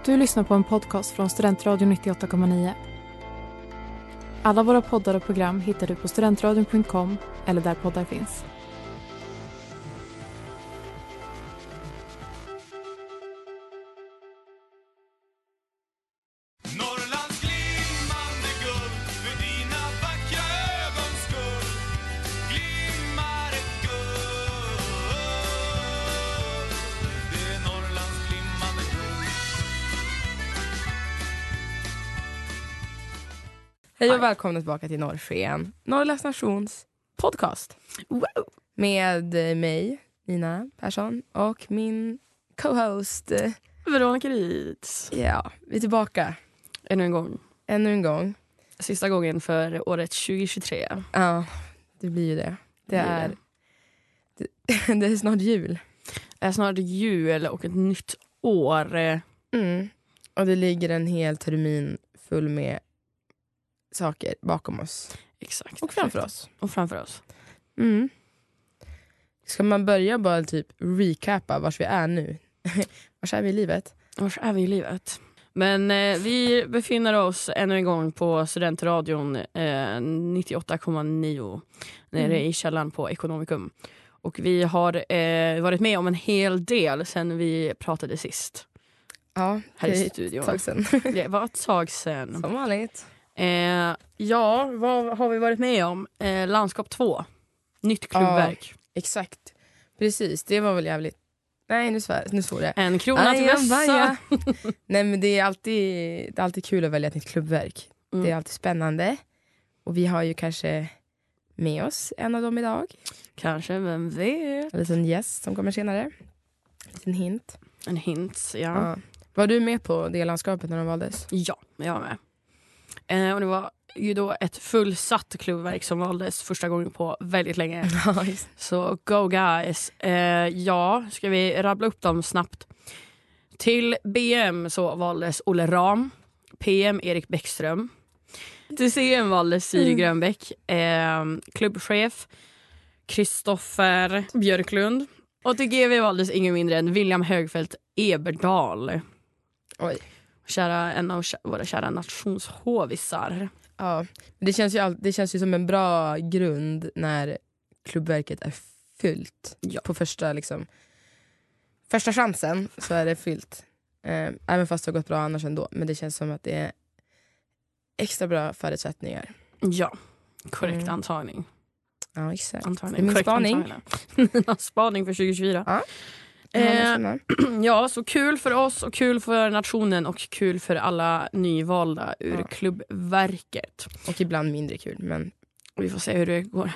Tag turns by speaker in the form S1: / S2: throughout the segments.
S1: Du lyssnar på en podcast från Studentradion 98,9. Alla våra poddar och program hittar du på studentradion.com eller där poddar finns.
S2: Norrlands glimmande guld, för dina vackra ögons skull glimmar ett guld. Det är Norrlands glimmande guld.
S3: Hej och välkomna tillbaka till Norrsken, Norrlands nations podcast.
S4: Wow.
S3: Med mig, Nina Persson, och min co-host.
S4: Veronica Ryds.
S3: Ja, vi är tillbaka
S4: Ännu en gång. Sista gången för året 2023.
S3: Ja, det blir ju det. Det är snart jul.
S4: Det är snart jul och ett nytt år.
S3: Och det ligger en hel termin full med saker bakom oss.
S4: Exakt.
S3: Och framför oss. Ska man börja bara typ recapa vars vi är nu? Vars är vi i livet?
S4: Vars är vi i livet? Men vi befinner oss ännu en gång på Studentradion 98,9 nere i källaren på Ekonomikum. Och vi har varit med om en hel del sen vi pratade sist.
S3: Ja,
S4: här i studion.
S3: Tag sen.
S4: Det var ett tag sen.
S3: Som vanligt.
S4: Ja, vad har vi varit med om? Landskap 2. Nytt klubbverk.
S3: Ja, exakt. Precis, det var väl jävligt. Nej, nu svor jag.
S4: En krona till vässa.
S3: Nej, men det är alltid kul att välja ett nytt klubbverk. Det är alltid spännande. Och vi har ju kanske med oss en av dem idag.
S4: Kanske, vem vet?
S3: En liten gäst som kommer senare. En liten hint.
S4: En hint, ja.
S3: Var du med på det landskapet när de valdes?
S4: Ja, jag var med. Och det var ju då ett fullsatt klubbverk som valdes första gången på väldigt länge. Så go guys. Ja, ska vi rabbla upp dem snabbt. Till BM så valdes Olle Ram. PM Erik Bäckström. Till CM valdes Siri Grönbäck. Klubbchef Kristoffer Björklund. Och till GV valdes ingen mindre än William Högfeldt Eberdal.
S3: Oj.
S4: En av våra kära nationshovisar.
S3: Ja, det känns ju som en bra grund när klubbverket är fyllt.
S4: Ja.
S3: På första chansen så är det fyllt. Även fast det har gått bra annars ändå. Men det känns som att det är extra bra förutsättningar.
S4: Ja, korrekt antagning.
S3: Ja, exakt.
S4: Antagning.
S3: Det är min spaning.
S4: Spaning för 2024.
S3: Ja.
S4: Ja, så kul för oss och kul för nationen och kul för alla nyvalda ur klubbverket.
S3: Och ibland mindre kul, men
S4: vi får se hur det går.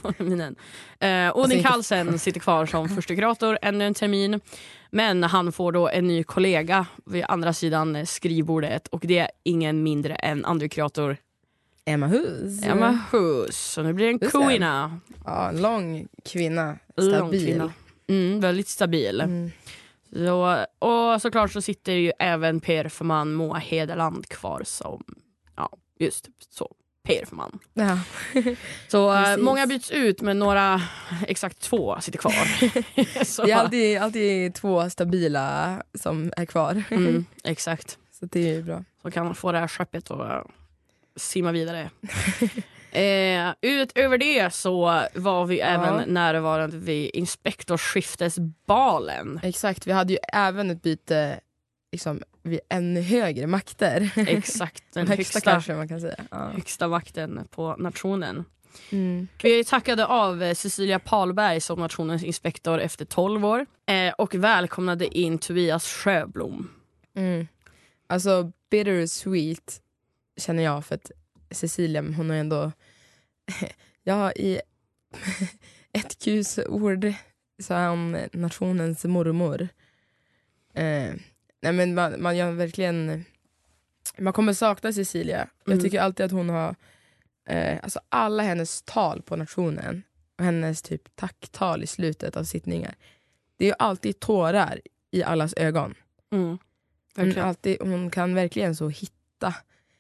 S4: Odin Karlsen sitter kvar som första kurator ännu en termin. Men han får då en ny kollega vid andra sidan skrivbordet. Och det är ingen mindre än andra kurator
S3: Emma Hus.
S4: Så nu blir det en kvinna.
S3: Ja, en lång kvinna. Stabil.
S4: Väldigt stabil. Så, och såklart så sitter ju även Per Förman Moa Hederland kvar som, ja, just så, Per Förman.
S3: Ja.
S4: Så många byts ut, men några, exakt 2 sitter kvar. Så.
S3: Det är alltid 2 stabila som är kvar.
S4: Exakt.
S3: Så det är ju bra.
S4: Så kan man få det här skeppet och simma vidare. Utöver det så var vi även närvarande vid inspektorskiftesbalen.
S3: Exakt, vi hade ju även ett byte liksom, vid ännu högre makter.
S4: Exakt, den
S3: högsta kanske man kan säga.
S4: Högsta makten på nationen. Vi är tackade av Cecilia Palberg som nationens inspektor efter 12 år. Och välkomnade in Tobias Sjöblom.
S3: Alltså bittersweet känner jag för att Cecilia, hon har ändå i ett kusord så är hon nationens mormor. Nej men man gör verkligen, man kommer sakna Cecilia. Jag tycker alltid att hon har alltså alla hennes tal på nationen och hennes typ tacktal i slutet av sittningar. Det är ju alltid tårar i allas ögon. Hon kan verkligen så hitta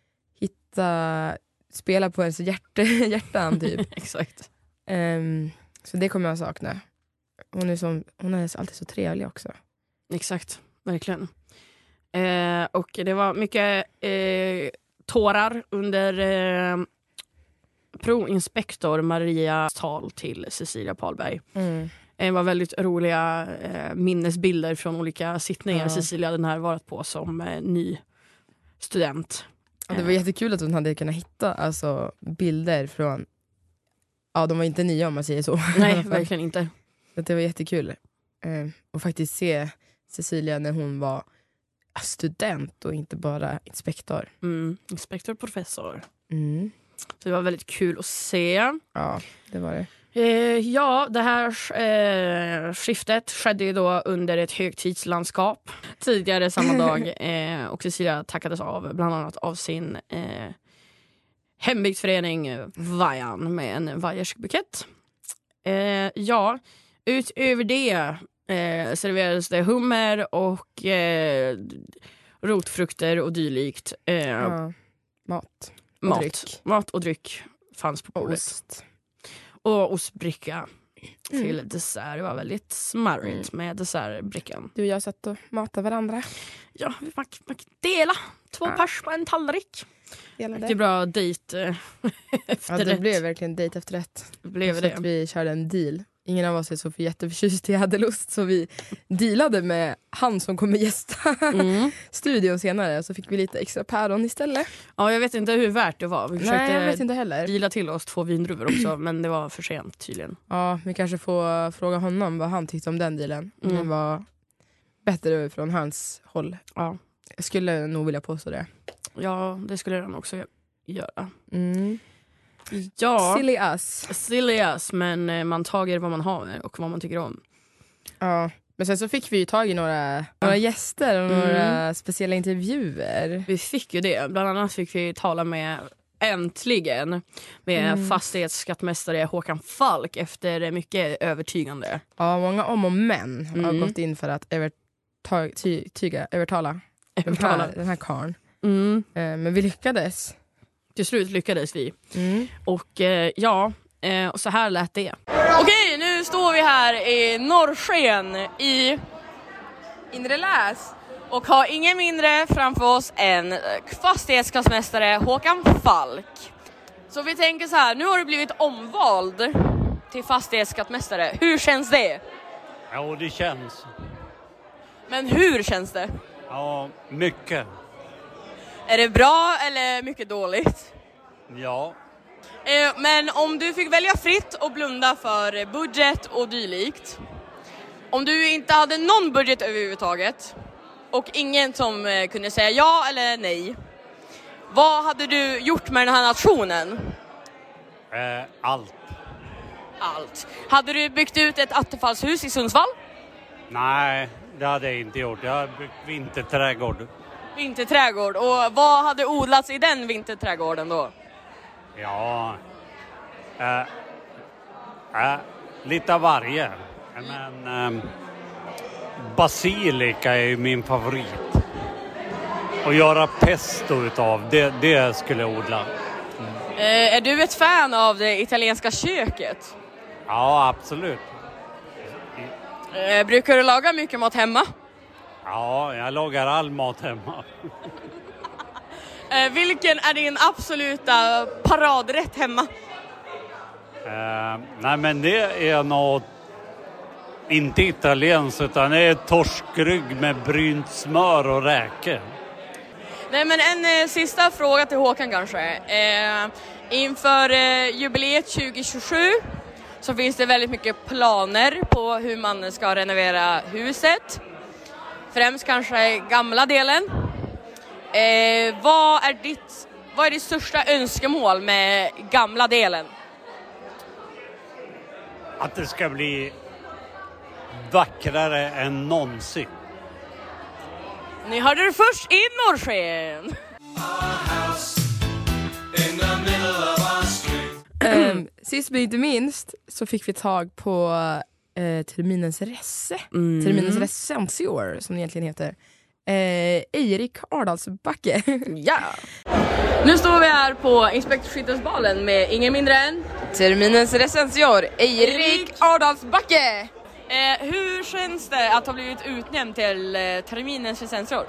S3: spela på ens hjärtan typ.
S4: Exakt.
S3: Så det kommer jag sakna. Hon är alltid så trevlig också.
S4: Exakt, verkligen. Och det var mycket tårar under proinspektor Marias tal till Cecilia Palberg. Det var väldigt roliga minnesbilder från olika sittningar Cecilia hade närvarat på som ny student.
S3: Ja, det var jättekul att hon hade kunnat hitta alltså, bilder från... Ja, de var inte nya om man säger så.
S4: Nej, verkligen inte.
S3: Det var jättekul. Och faktiskt se Cecilia när hon var student och inte bara inspektor.
S4: Inspektor, professor. Så det var väldigt kul att se.
S3: Ja, det var det.
S4: Ja, det här skiftet skedde ju då under ett högtidslandskap. Tidigare samma dag och Cecilia tackades av bland annat av sin hembygdsförening Vajan med en vajersk bukett. Ja, utöver det serverades det hummer och rotfrukter och dylikt. Mat och dryck fanns på bordet. Och ostbricka till dessert. Det var väldigt smarrigt med dessertbrickan.
S3: Du och jag satt och matade varandra.
S4: Ja, man kan dela 2 pers på en tallrik. Det är bra dejt efter
S3: det blev verkligen dejt efter rätt.
S4: Blev det.
S3: Att vi körde en deal. Ingen av oss är så jätteförtjust i ädelost så vi dealade med han som kommer gästa studion senare. Så fick vi lite extra päron istället.
S4: Ja, jag vet inte hur värt det var. Vi försökte
S3: jag vet inte heller.
S4: Deala till oss 2 vindruvor också, men det var för sent tydligen.
S3: Ja, vi kanske får fråga honom vad han tyckte om den dealen. Det var bättre från hans håll. Ja. Jag skulle nog vilja påstå det.
S4: Ja, det skulle jag också göra. Ja, silly us, men man tager vad man har och vad man tycker om.
S3: Ja, men sen så fick vi ju tag i några gäster och några speciella intervjuer.
S4: Vi fick ju det. Bland annat fick vi tala med äntligen med fastighetsskattmästare Håkan Falk efter mycket övertygande.
S3: Ja, många om och men har gått in för att övertala den här karln. Men vi lyckades.
S4: Till slut lyckades vi. Och och så här lät det. Okej, nu står vi här i Norrsken i Inre Läs och har ingen mindre framför oss än fastighetsskattmästare Håkan Falk. Så vi tänker så här, nu har du blivit omvald till fastighetsskattmästare. Hur känns det?
S5: Ja, det känns.
S4: Men hur känns det?
S5: Ja, mycket.
S4: Är det bra eller mycket dåligt?
S5: Ja.
S4: Men om du fick välja fritt och blunda för budget och dylikt. Om du inte hade någon budget överhuvudtaget och ingen som kunde säga ja eller nej. Vad hade du gjort med den här nationen?
S5: Allt.
S4: Allt. Hade du byggt ut ett attefallshus i Sundsvall?
S5: Nej, det hade jag inte gjort. Jag har byggt vinterträdgård.
S4: Vinterträdgård. Och vad hade odlats i den vinterträdgården då?
S5: Ja, lite av varje. Men basilika är ju min favorit. Och göra pesto utav, det skulle jag odla.
S4: Är du ett fan av det italienska köket?
S5: Ja, absolut.
S4: Brukar du laga mycket mat hemma?
S5: Ja, jag lagar all mat hemma.
S4: Vilken är din absoluta paradrätt hemma?
S5: Nej, men det är nog inte italienskt utan det är torskrygg med brynt smör och räkor.
S4: Nej, men en sista fråga till Håkan kanske. Inför jubileet 2027 så finns det väldigt mycket planer på hur man ska renovera huset. Främst kanske gamla delen. Vad är ditt största önskemål med gamla delen?
S5: Att det ska bli vackrare än någonsin.
S4: Ni hörde det först i Norrsken.
S3: Sist men inte minst så fick vi tag på terminens resse. Terminens recensor som det egentligen heter. Eirik Ardalsbacke.
S4: Ja. Nu står vi här på Inspektorsskittesbalen med ingen mindre än
S3: terminens recensor Eirik Ardalsbacke.
S4: Hur känns det att ha blivit utnämnd till terminens recensor?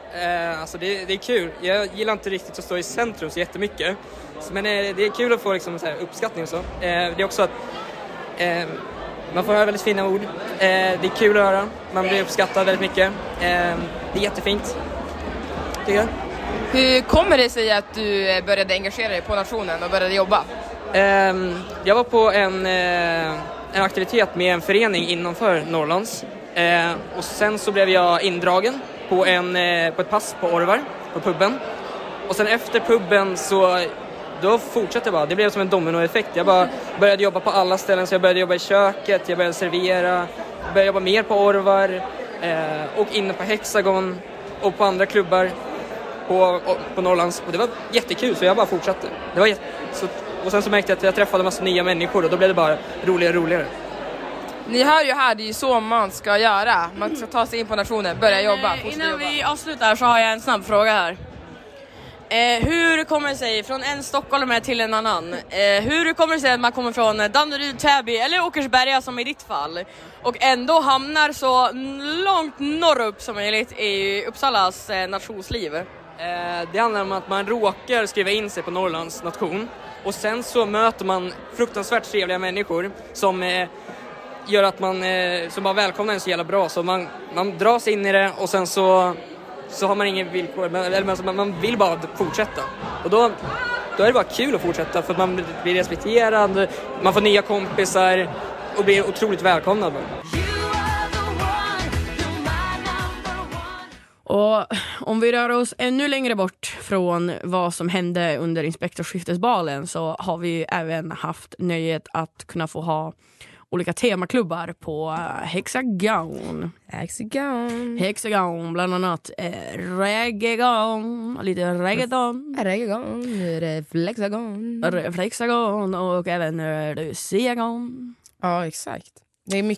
S6: Alltså det är kul. Jag gillar inte riktigt att stå i centrum så jättemycket. Men det är kul att få liksom så här uppskattning och så. Det är också att man får höra väldigt fina ord. Det är kul att höra. Man blir uppskattad väldigt mycket. Det är jättefint. Tycker jag.
S3: Hur kommer det sig att du började engagera dig på nationen och började jobba?
S6: Jag var på en aktivitet med en förening innanför Norrlands. Och sen så blev jag indragen på ett pass på Orvar, på pubben. Och sen efter pubben så då fortsatte jag bara. Det blev som en dominoeffekt. Jag bara började jobba på alla ställen. Så jag började jobba i köket, jag började servera, jag började jobba mer på Orvar och inne på Hexagon och på andra klubbar på Norrlands. Och det var jättekul så jag bara fortsatte. Det var och sen så märkte jag att jag träffade en massa nya människor och då blev det bara roligare och roligare.
S3: Ni hör ju här, det är ju så man ska göra. Man ska ta sig in på nationen, börja jobba.
S4: Innan vi avslutar så har jag en snabb fråga här. Hur kommer det sig från en stockholmare till en annan? Hur kommer det sig att man kommer från Danderyd, Täby eller Åkersberga som i ditt fall och ändå hamnar så långt norrut som möjligt i Uppsalas nationsliv?
S6: Det handlar om att man råkar skriva in sig på Norrlands nation och sen så möter man fruktansvärt trevliga människor som gör att man som bara välkomnar en så jävla bra så man dras in i det och sen så har man ingen villkor, man vill bara fortsätta. Och då är det bara kul att fortsätta för att man blir respekterad, man får nya kompisar och blir otroligt välkomnad.
S4: Och om vi rör oss ännu längre bort från vad som hände under inspektorskiftesbalen så har vi även haft nöjet att kunna få ha olika temaklubbar på Hexagon. Hexagon, bland annat reggaeton, lite reggaeton. Reflexagon och även Luciagon.
S3: Ja, exakt. Det är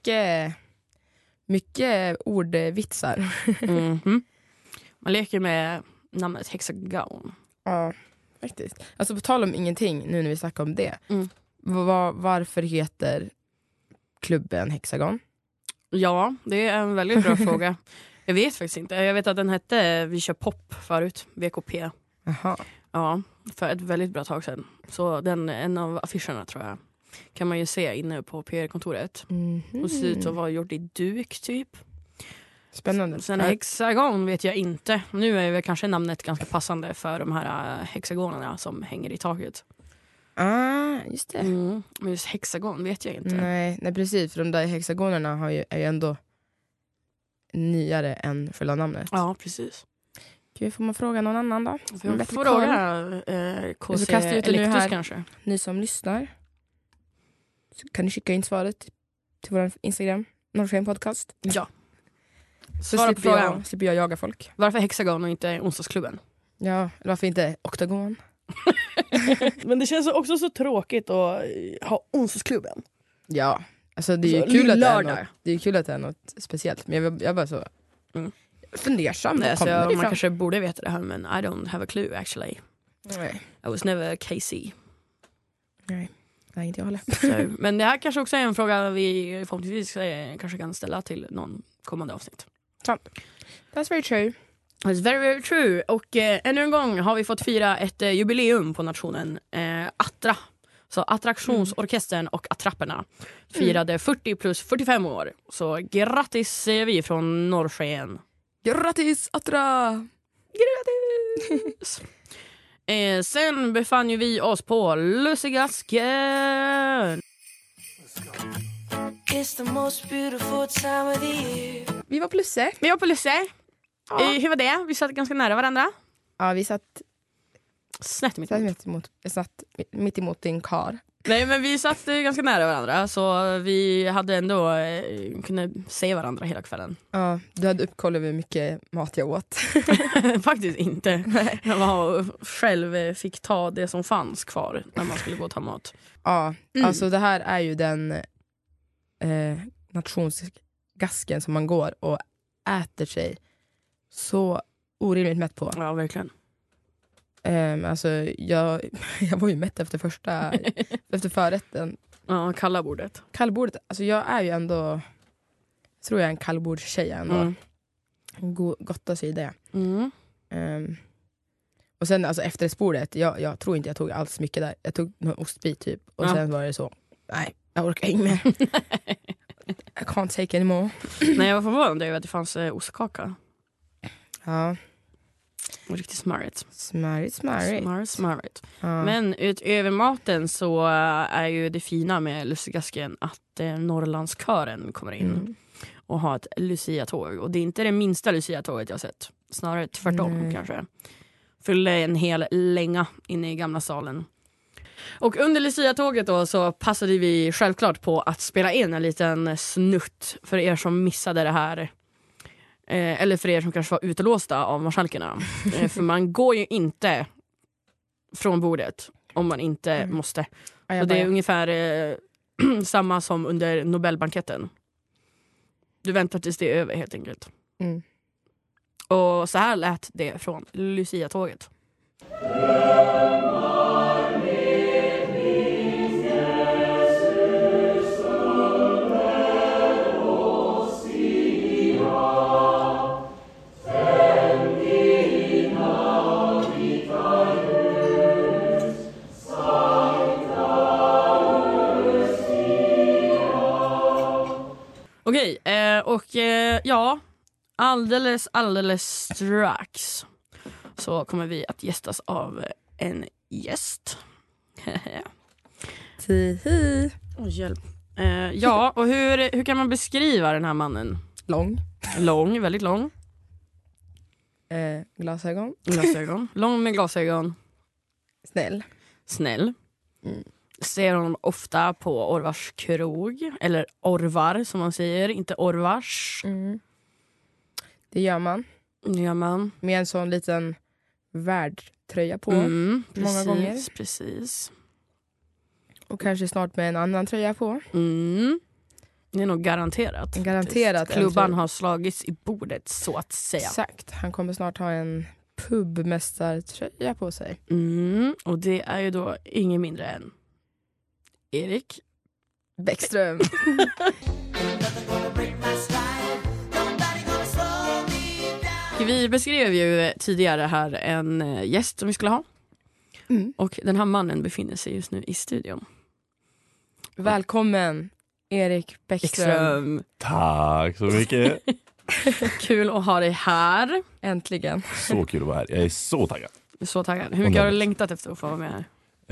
S3: mycket ordvitsar.
S4: Mm-hmm. Man leker med namnet Hexagon.
S3: Ja, faktiskt. Alltså på tal om ingenting, nu när vi snackar om det. Varför heter klubben Hexagon?
S4: Ja, det är en väldigt bra fråga. Jag vet faktiskt inte. Jag vet att den hette Vi kör pop förut, VKP.
S3: Aha.
S4: Ja, för ett väldigt bra tag sedan. Så en av affischerna tror jag kan man ju se inne på PR-kontoret. Och ser ut att vara gjort i duk typ.
S3: Spännande.
S4: Sen Hexagon vet jag inte. Nu är väl kanske namnet ganska passande för de här hexagonerna som hänger i taket.
S3: Just det.
S4: Men just hexagon vet jag inte.
S3: Nej precis. För de där hexagonerna är ju ändå nyare än fulla namnet.
S4: Ja, precis.
S3: Gud, får man fråga någon annan då?
S4: Jag får fråga KC Electus kanske.
S3: Ni som lyssnar så kan ni skicka in svaret till vår Instagram, Norrsken podcast.
S4: Ja.
S3: Så slipper jag jaga folk.
S4: Varför Hexagon och inte onsdagsklubben?
S3: Ja, eller varför inte Octagon?
S4: Men det känns också så tråkigt att ha onsdagsklubben.
S3: Ja, alltså det är
S4: alltså,
S3: ju kul att det är något speciellt. Men jag bara så fundersam.
S4: Nej, så man kanske borde veta det här, men I don't have a clue actually.
S3: Nej.
S4: I was never KC.
S3: Nej, inte jag heller.
S4: Så, men det här kanske också är en fråga vi förhoppningsvis kanske kan ställa till någon kommande avsnitt.
S3: Sant. That's very true.
S4: It's very, very true. Och ännu en gång har vi fått fira ett jubileum på nationen. Attra. Så Attraktionsorkestern och Attrapperna firade 40 plus 45 år. Så grattis säger vi från Norrsken.
S3: Grattis Attra!
S4: Grattis! Sen befann ju vi oss på Lussigasken.
S3: Vi var på Lusse.
S4: Ja. Hur var det? Vi satt ganska nära varandra.
S3: Ja, vi satt
S4: snett
S3: mitt emot din kar.
S4: Nej, men vi satt ganska nära varandra. Så vi hade ändå kunde se varandra hela kvällen.
S3: Ja, du hade uppkoll över hur mycket mat jag åt.
S4: Faktiskt inte. Jag var själv fick ta det som fanns kvar när man skulle gå och ta mat.
S3: Ja, alltså det här är ju den nationsgasken som man går och äter sig så orimligt mätt på.
S4: Ja, verkligen.
S3: Alltså jag var ju mätt efter efter förrätten.
S4: Ja, kallbordet.
S3: Kallbordet, alltså jag är ju ändå, tror jag är en kallbordstjej ändå. gotta sig i det.
S4: Mm.
S3: Och sen alltså efterrättsbordet, jag tror inte jag tog alls mycket där. Jag tog någon ostbit typ. Och sen var det så, nej, jag orkar inte mer. I can't take anymore.
S4: Nej, jag var förvånad över att det fanns ostkaka.
S3: Ja.
S4: Riktigt smarrigt.
S3: Smarrigt. Ja.
S4: Men utöver maten så är ju det fina med Luciagasken att Norrlandskören kommer in och har ett Lucia-tåg. Och det är inte det minsta Lucia-tåget jag har sett. Snarare tvärtom kanske. Fyllde en hel länga inne i gamla salen. Och under Lucia-tåget då så passade vi självklart på att spela in en liten snutt för er som missade det här. Eller för er som kanske var utelåsta av marskalkerna. För man går ju inte från bordet om man inte måste. Så det är ungefär samma som under Nobelbanketten. Du väntar tills det är över helt enkelt. Och så här lät det från Lucia-tåget. Okej, ja, alldeles strax så kommer vi att gästas av en gäst.
S3: Tihi.
S4: Hjälp. Ja, och hur kan man beskriva den här mannen? Lång, väldigt lång.
S3: Glasögon.
S4: Lång med glasögon.
S3: Snäll.
S4: Ser honom ofta på Orvars krog. Eller Orvar som man säger, inte Orvars.
S3: Det gör man. Med en sån liten värdtröja på. Många gånger.
S4: Precis.
S3: Och kanske snart med en annan tröja på.
S4: Det är nog garanterat.
S3: Garanterat.
S4: Klubban har slagits i bordet så att säga.
S3: Exakt. Han kommer snart ha en pubmästartröja på sig.
S4: Och det är ju då ingen mindre än Erik
S3: Bäckström.
S4: Vi beskrev ju tidigare här en gäst som vi skulle ha. Och den här mannen befinner sig just nu i studion.
S3: Välkommen Erik Bäckström.
S7: Tack så mycket.
S4: Kul att ha dig här.
S3: Äntligen.
S7: Så kul att vara här. Jag är så taggad.
S4: Så taggad. Hur mycket har du längtat efter att få vara med här?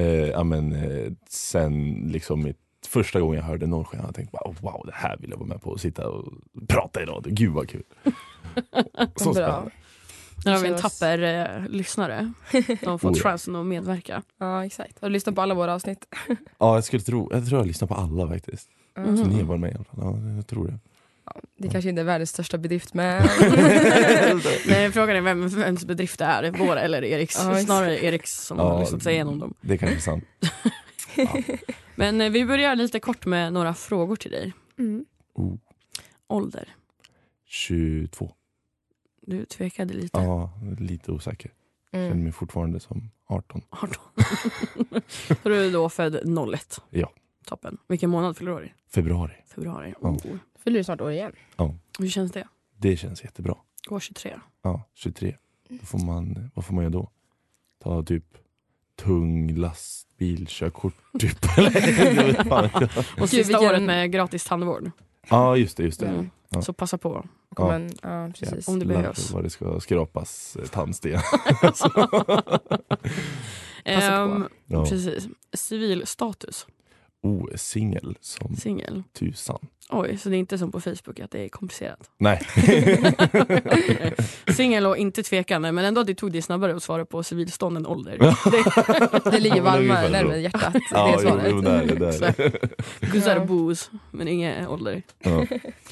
S7: Sen liksom första gången jag hörde Norrsken jag tänkte bara, wow, det här vill jag vara med på och sitta och prata i radio. Gud vad kul. Så spännande.
S4: Nu har vi en tapper lyssnare. De får chansen att medverka.
S3: Ja, exakt. Har du lyssnat på alla våra avsnitt?
S7: Ja, jag tror jag lyssnar på alla faktiskt. Så ni har varit med i alla fall. Ja, jag tror det.
S3: Ja, det kanske inte är världens största bedrift, men...
S4: Nej, frågan är vems bedrift det är. Vår eller Eriks. Snarare Eriks som har lyssnat sig igenom dem.
S7: Det kanske är sant.
S4: Men vi börjar lite kort med några frågor till dig. Ålder?
S7: 22.
S4: Du tvekade lite.
S7: Ja, lite osäker. Känner mig fortfarande som 18.
S4: Så du är då född 01?
S7: Ja.
S4: Toppen. Vilken månad fyller du år i?
S7: Februari.
S4: Ja.
S3: Fyller du snart år igen?
S7: Ja.
S4: Hur känns det?
S7: Det känns jättebra.
S4: År 23?
S7: Ja, 23. Vad får man göra då? Ta typ tung lastbil, körkort typ.
S4: Och sista året med gratis tandvård.
S7: Ja, just det. Ja.
S4: Så passa på.
S3: Precis.
S4: Om det behövs.
S7: Vad det ska skrapas tandsten.
S4: Precis. Civilstatus?
S7: Singel som tusan.
S4: Oj, så det är inte som på Facebook att det är komplicerat?
S7: Nej.
S4: Singel och inte tvekande, men ändå att du tog det snabbare att svara på civilstånd än ålder.
S3: Det ligger varmare närmare hjärtat.
S7: Ja,
S3: det svaret.
S7: Jo, där.
S4: Gussar och bos, men ingen ålder.
S7: Ja.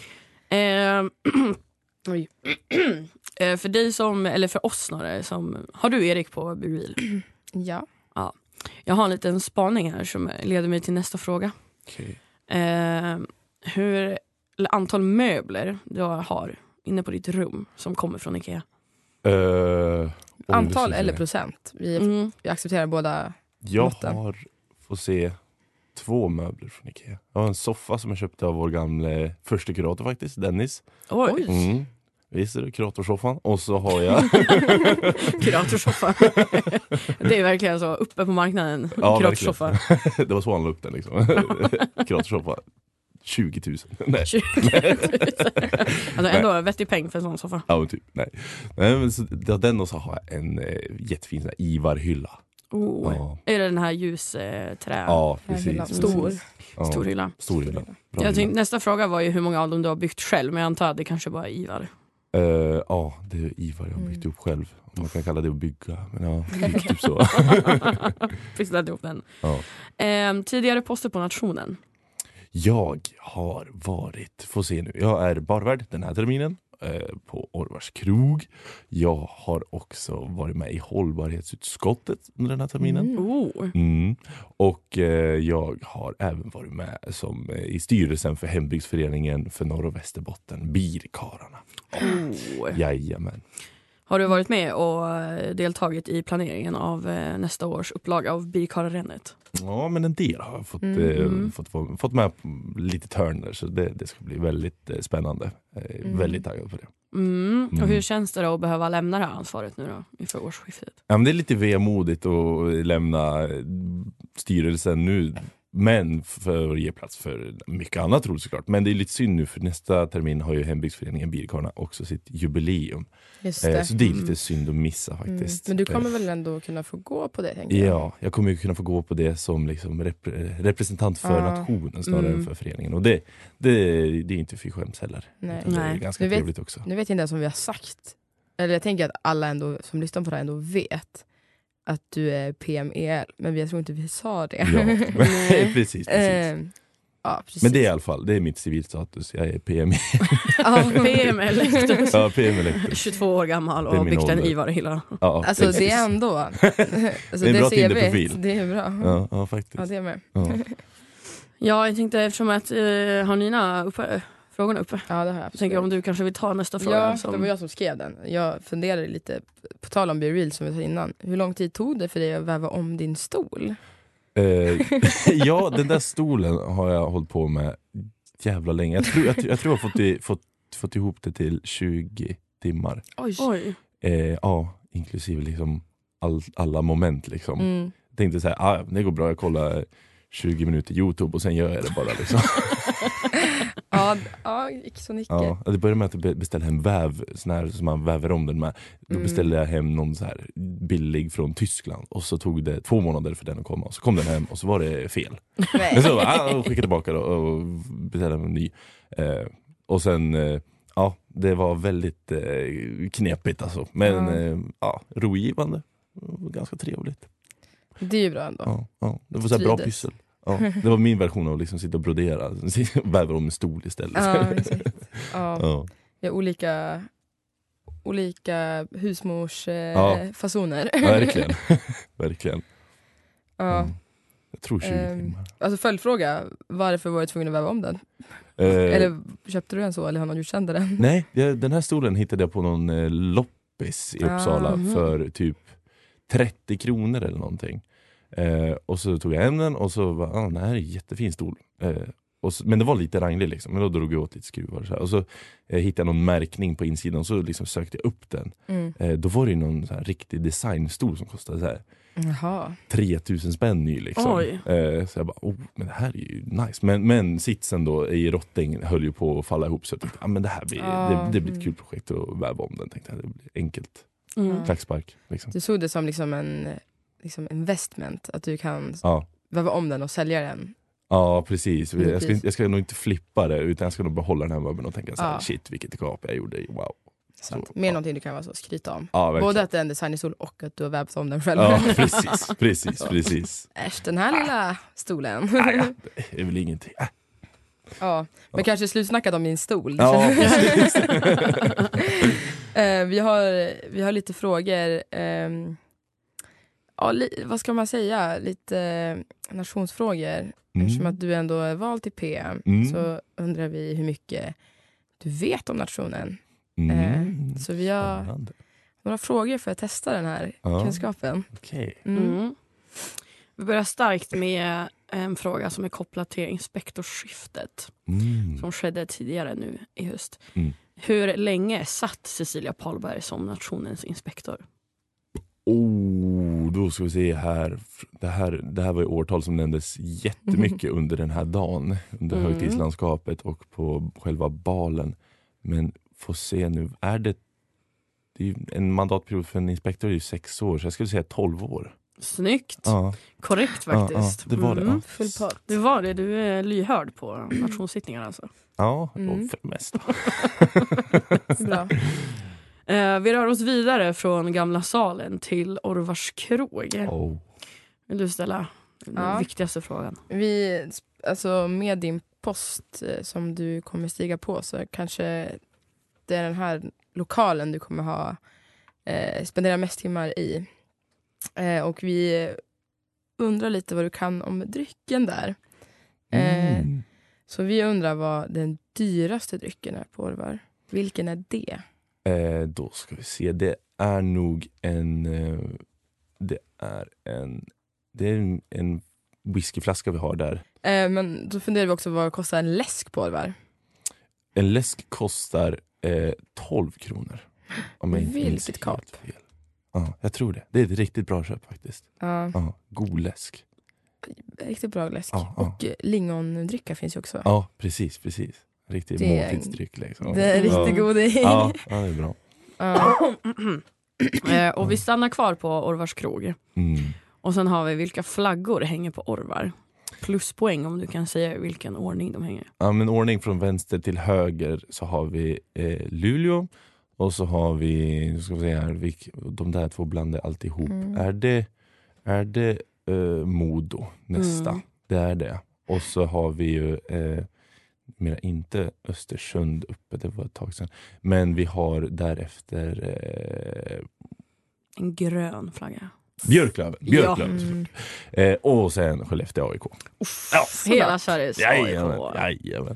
S4: För dig eller för oss snarare, har du Erik på Burvil?
S3: Ja.
S4: Jag har en liten spaning här som leder mig till nästa fråga.
S7: Okay.
S4: Hur antal möbler du har inne på ditt rum som kommer från Ikea?
S3: Antal eller procent? Vi accepterar båda.
S7: Jag får se 2 möbler från Ikea. Jag har en soffa som jag köpte av vår gamla första kurator faktiskt, Dennis.
S4: Oj.
S7: Visst är det kuratorsoffan. Och så har jag...
S4: Kuratorsoffa. Det är verkligen så uppe på marknaden.
S7: Ja,
S4: Kuratorsoffa.
S7: Det var så han la upp den liksom. Kuratorsoffa. 20 000. Nej.
S4: 20 000. Alltså ändå vettig peng för en sån soffa.
S7: Ja, men typ. Nej men så, den, och så har jag en jättefin sån här Ivar-hylla.
S4: Ja. Är det den här ljusträ?
S7: Ja, precis.
S3: Stor.
S7: Ja.
S4: Stor hylla.
S7: Stor hylla. Bra
S4: Jag tänkte,
S7: hylla.
S4: nästa fråga var ju hur många av dem du har byggt själv. Men jag antar att det kanske bara är Ivar.
S7: Ja, det är Ivar jag har byggt upp själv. Man kan kalla det att bygga. Men ja, typ så.
S4: Fixade ihop den.
S7: Ja.
S4: Tidigare poster på Nationen.
S7: Jag har varit, får se nu, jag är barvärd den här terminen på Orvars krog. Jag har också varit med i hållbarhetsutskottet under den här terminen. Och jag har även varit med som i styrelsen för hembygdsföreningen för Norr- och Västerbotten, Birkararna. Jajamän.
S4: Har du varit med och deltagit i planeringen av nästa års upplaga av Birkararrennet?
S7: Ja, men en del har jag fått med lite törner, så det ska bli väldigt spännande. Väldigt taggad på det.
S4: Och hur känns det då att behöva lämna det här ansvaret nu då inför årsskiftet?
S7: Ja, men det är lite vemodigt att lämna styrelsen nu, men för att ge plats för mycket annat roligt såklart. Men det är lite synd nu, för nästa termin har ju hembygdsföreningen Birkarna också sitt jubileum.
S3: Just det.
S7: Så det är lite synd att missa faktiskt.
S3: Men du kommer väl ändå kunna få gå på det, tänker jag?
S7: Ja, jag kommer ju kunna få gå på det som liksom representant för nationen snarare än för föreningen. Och det är inte för skäms heller.
S3: Nej.
S7: Det är ganska trevligt också.
S3: Nu vet jag inte ens om vi har sagt, eller jag tänker att alla ändå som lyssnar på det här ändå vet att du är PMEL, men jag tror inte vi sa det.
S7: Ja, precis.
S3: Ja, precis.
S7: Men det är i alla fall, det är mitt civilstatus. Jag är PME.
S4: Ja, PM-elektor.
S7: Ja, PM-elektor.
S4: 22 år gammal och byggt en Ivar-hylla.
S7: Ja,
S3: alltså
S7: precis.
S3: det är ändå alltså,
S7: det är en bra
S3: CV:t,
S7: Tinder-profil.
S3: det är bra.
S7: Ja, faktiskt.
S3: Ja, det är med.
S7: Ja.
S4: Ja, jag tänkte eftersom att har Nina frågorna uppe.
S3: Ja, det har jag.
S4: Jag tänker om du kanske vill ta nästa fråga.
S3: Ja, det var jag som skrev den. Jag funderade lite, på tal om Be Real som vi sa innan. Hur lång tid tog det för dig att väva om din stol?
S7: Ja, den där stolen har jag hållit på med jävla länge. Jag tror jag har fått ihop det till 20 timmar.
S4: Oj.
S7: Ja, inklusive liksom alla moment liksom. Tänkte så här, det går bra, jag kollar 20 minuter YouTube och sen gör jag det bara liksom.
S3: Ja, gick så mycket.
S7: Ja, det började med att beställa hem väv, sån här som man väver om den med. Då beställde jag hem någon så här billig från Tyskland, och så tog det 2 månader för den att komma, och så kom den hem och så var det fel. Men så skickade tillbaka då och beställde en ny. Och sen det var väldigt knepigt alltså. Men rogivande och ganska trevligt.
S3: Det är ju bra ändå.
S7: Ja, det var så här bra pyssel. Ja, det var min version av liksom sitta och brodera, väva om en stol istället.
S3: Ja, exakt. Ja. Ja, olika husmorsfasoner.
S7: Verkligen. Verkligen.
S3: Ja.
S7: Jag tror 20 timmar.
S3: Alltså följdfråga, varför var du tvungen att väva om den? Eller köpte du den så, eller har någon gjort sönder den?
S7: Nej, den här stolen hittade jag på någon loppis i Uppsala för typ 30 kronor eller någonting. Och så tog jag hem den och så var det här är en jättefin stol. Men det var lite ranglig liksom. Men då drog jag åt lite skruvar. Så här. Och så hittade jag någon märkning på insidan och så liksom sökte jag upp den. Då var det någon så här riktig designstol som kostade så här 3000 spänn ny liksom. Så jag bara, men det här är ju nice. Men sitsen då i Rotting höll ju på att falla ihop, så jag tänkte, men det här blir, det blir ett kul projekt att väva om den, tänkte jag. Det blir enkelt. Klackspark liksom.
S3: Du såg det som liksom en investment, att du kan väva om den och sälja den.
S7: Ja, precis. Jag ska nog inte flippa det, utan jag ska nog behålla den här möbeln och tänka så här, shit vilket kap jag gjorde, wow.
S3: Mer någonting du kan vara så skryta om.
S7: Ja,
S3: både att det är en designstol och att du har vävt om den själv.
S7: Ja, precis.
S3: Äsch, den här lilla stolen.
S7: Det är väl ingenting.
S3: Ja, men kanske slutsnackat om min stol.
S7: Ja, precis.
S3: Vi har lite frågor. Vad ska man säga? Lite nationsfrågor. Eftersom att du ändå är vald till PM så undrar vi hur mycket du vet om nationen. Så vi har några frågor för att testa den här kunskapen.
S7: Okay.
S4: Vi börjar starkt med en fråga som är kopplad till inspektorsskiftet som skedde tidigare nu i höst. Hur länge satt Cecilia Palberg som nationens inspektor?
S7: Då ska vi se här. Det här var ju årtal som nämndes jättemycket under den här dagen. Under högtidslandskapet och på själva balen. Men får se nu. Det är ju en mandatperiod för en inspektor är ju 6 år. Så jag skulle säga 12 år.
S4: Snyggt.
S7: Ja.
S4: Korrekt faktiskt.
S7: Ja, det var det. Ja.
S3: Full pott.
S4: Det var det. Du är lyhörd på nationssittningar alltså.
S7: Ja, och för det mesta.
S3: Bra.
S4: Vi rör oss vidare från Gamla salen till Orvars krog. Vill du ställa den viktigaste frågan?
S3: Alltså med din post som du kommer stiga på så kanske det är den här lokalen du kommer ha spendera mest timmar i. Och vi undrar lite vad du kan om drycken där. Så vi undrar vad den dyraste drycken är på Orvar. Vilken är det?
S7: Då ska vi se. Det är nog det är en whiskyflaska vi har där.
S3: Men då funderar vi också vad kostar en läsk på Orvar?
S7: En läsk kostar 12 kronor.
S3: Vilket kap.
S7: Ja, jag tror det. Det är ett riktigt bra köp faktiskt. Ja, god läsk.
S3: Riktigt bra läsk.
S7: Ja.
S3: Och lingondricka finns ju också.
S7: Ja, precis. Riktigt måltidsdryck liksom.
S3: Det är riktigt god i.
S7: Ja, det är bra.
S4: Och vi stannar kvar på Orvars krog. Och sen har vi vilka flaggor hänger på Orvar. Pluspoäng om du kan säga vilken ordning de hänger.
S7: Ja, men ordning från vänster till höger så har vi Luleå. Och så har vi, nu ska vi se här, de där två blandar alltihop. Är det Modo nästa? Det är det. Och så har vi ju inte Östersund uppe, det var ett tag sedan. Men vi har därefter
S4: en grön flagga.
S7: Björklöven. Och sen Skellefteå AIK.
S4: Hela Sveriges AIK.
S7: Jajamän.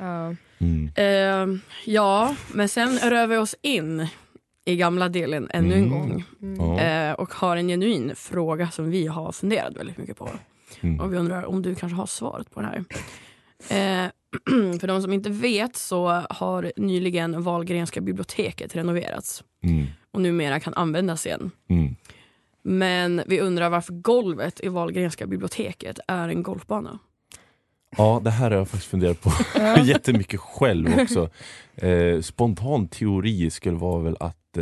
S4: Ja, men sen rör vi oss in i gamla delen ännu en gång. Och har en genuin fråga som vi har funderat väldigt mycket på. Och vi undrar om du kanske har svaret på den här. För de som inte vet så har nyligen Wahlgrenska biblioteket renoverats. Och numera kan användas igen. Men vi undrar varför golvet i Wahlgrenska biblioteket är en golfbana.
S7: Ja, det här har jag faktiskt funderat på jättemycket själv också. Spontan teori skulle vara väl att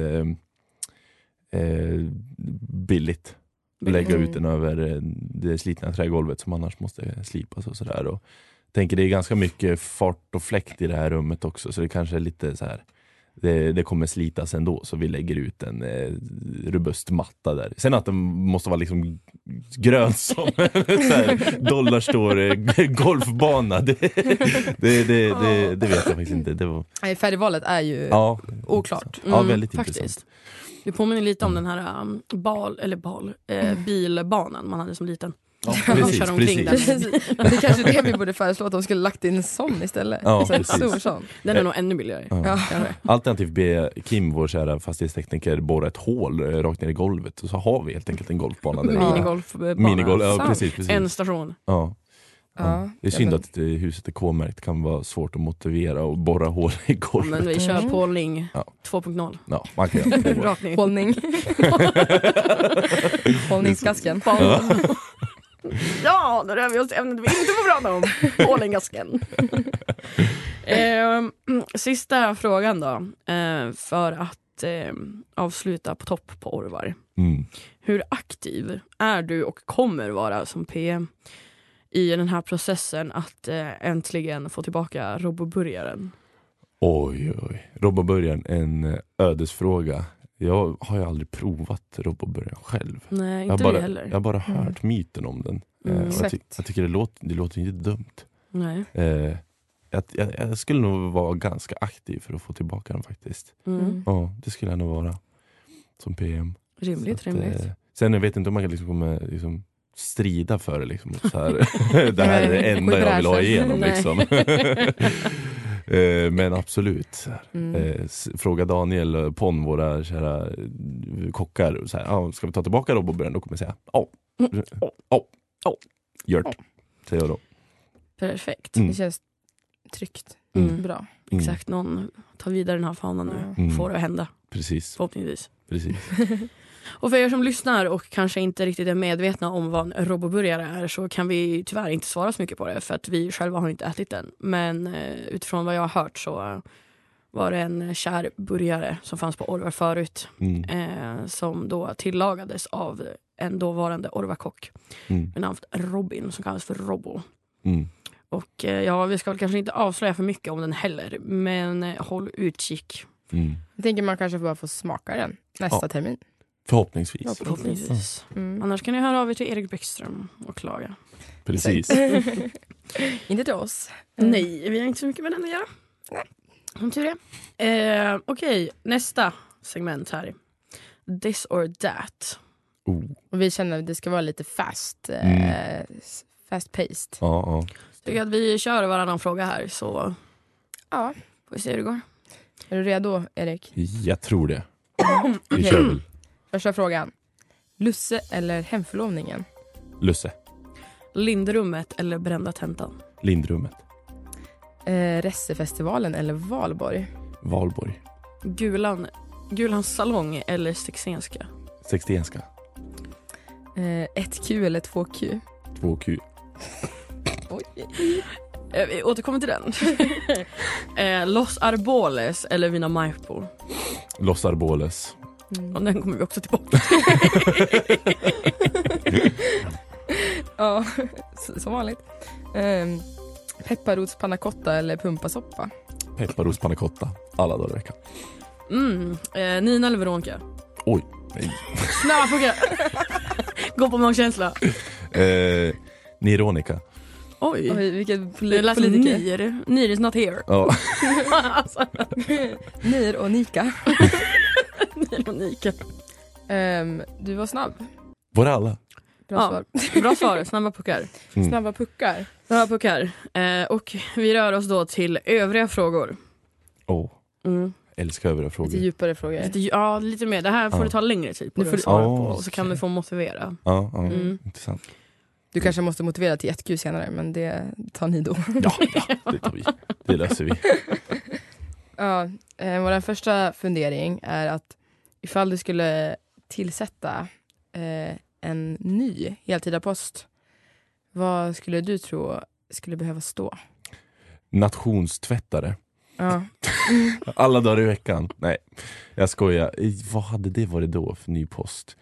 S7: billigt lägga ut den över det slitna trägolvet som annars måste slipas och sådär. Och tänker det är ganska mycket fart och fläkt i det här rummet också, så det kanske är lite så här. Det kommer slitas ändå, så vi lägger ut en robust matta där. Sen att den måste vara liksom grön som dollarstore golfbana, det vet jag faktiskt inte. Det var...
S3: Nej, färdigvalet är ju oklart.
S7: Ja, väldigt
S4: faktiskt.
S7: Intressant.
S4: Det påminner lite om den här bilbanan man hade som liten.
S7: Ja, precis.
S3: Men det är kanske det vi borde föreslå, att de skulle lagt in en sån istället.
S7: Ja,
S3: så en stor sån.
S4: Den är nog ännu billigare.
S7: Ja. Alternativt be Kim, vår kära fastighetstekniker, borra ett hål rakt ner i golvet, och så har vi helt enkelt en golfbana där. Minigolf, ja, precis.
S4: En station.
S7: Ja. Det är synd att huset är K-märkt, kan vara svårt att motivera och borra hål i golvet.
S4: Men vi kör pålning 2.0.
S7: Ja, man kan göra det.
S3: Hållning. Hållningsgasken.
S4: Ja, då rör vi oss till ämnet vi inte får prata om. Hållningsgasken. Sista frågan då. För att avsluta på topp på Orvar. Hur aktiv är du och kommer vara som PM i den här processen att äntligen få tillbaka Roboburgaren?
S7: Oj. Roboburgaren, en ödesfråga. Jag har ju aldrig provat Roboburgaren själv.
S4: Nej, inte det heller.
S7: Jag har bara hört myten om den. Jag tycker det låter inte dumt.
S4: Nej.
S7: Jag skulle nog vara ganska aktiv för att få tillbaka den faktiskt. Ja, det skulle jag nog vara som PM.
S4: Rimligt.
S7: Sen jag vet inte om man kan kommer strida för det liksom, så här. Det här är det enda jag vill ha igenom liksom. Men absolut fråga Daniel Pon, våra kära kockar så här, ska vi ta tillbaka Roboburgaren? Då kommer jag säga gjort, säger jag då.
S4: Perfekt.
S3: Det känns tryggt. Bra.
S4: Exakt, någon tar vidare den här fanan nu. Får det att hända,
S7: Precis.
S4: förhoppningsvis.
S7: Precis.
S4: Och för er som lyssnar och kanske inte riktigt är medvetna om vad en roboburgare är, så kan vi tyvärr inte svara så mycket på det, för att vi själva har inte ätit den. Men utifrån vad jag har hört så var det en kär burgare som fanns på Orvar förut, som då tillagades av en dåvarande Orvarkock med namn Robin, som kallas för Robbo. Och vi ska väl kanske inte avslöja för mycket om den heller, men håll utkik.
S3: Jag tänker man kanske bara får smaka den nästa termin.
S7: Förhoppningsvis.
S4: Annars kan ni höra av er till Erik Bäckström och klaga.
S7: Precis.
S3: Inte till oss.
S4: Nej, vi har inte så mycket med den att göra. Om tur är. Okej, nästa segment här. This or that.
S3: Och vi känner att det ska vara lite fast-paced.
S7: Ja.
S4: Tycker att vi kör varannan fråga här, så
S3: Ja.
S4: får vi se hur det går.
S3: Är du redo, Erik?
S7: Jag tror det. Vi kör väl.
S3: Första frågan. Lusse eller hemförlovningen?
S7: Lusse.
S4: Lindrummet eller brända tentan?
S7: Lindrummet.
S3: Ressefestivalen eller Valborg?
S7: Valborg.
S4: Gulans salong eller Sexenska?
S7: Sextenska.
S3: 1Q eller 2Q?
S7: 2Q.
S3: Oj.
S4: Vi återkommer till den. Los Arboles eller Vina Maipo?
S7: Los Arboles.
S4: Och den kommer vi också tillbaka.
S3: Ja, som vanligt. Pepparrots panna cotta eller pumpasoppa?
S7: Pepparos panna cotta. Alla dagar i veckan.
S4: Nina eller Veronica?
S7: Oj, nej.
S4: Snabba fråga. Gå på magkänsla.
S7: Nironica.
S4: Oj,
S3: vilket
S4: det lät som
S3: politiker.
S4: Nir is not here.
S7: Ja.
S4: Alltså.
S3: Nir och Nika.
S4: Nir och Nika.
S3: Du var snabb.
S7: Var det alla?
S3: Bra svar.
S4: Bra svar, snabba puckar.
S3: Snabba puckar.
S4: Snabba puckar. Och vi rör oss då till övriga frågor.
S7: Älskar övriga frågor.
S3: Lite djupare frågor.
S4: Ja, lite mer. Det här får du ta längre tid på.
S3: Nu får du
S4: svara på. Och så kan du få motivera.
S7: Ja, intressant.
S3: Du kanske måste motivera till 1Q senare, men det tar ni då.
S7: Ja, det tar vi. Det löser vi.
S3: Ja, vår första fundering är att ifall du skulle tillsätta en ny heltida post, vad skulle du tro skulle behöva stå?
S7: Nationstvättare.
S3: Ja.
S7: Alla dagar i veckan. Nej, jag skojar. Vad hade det varit då för ny post?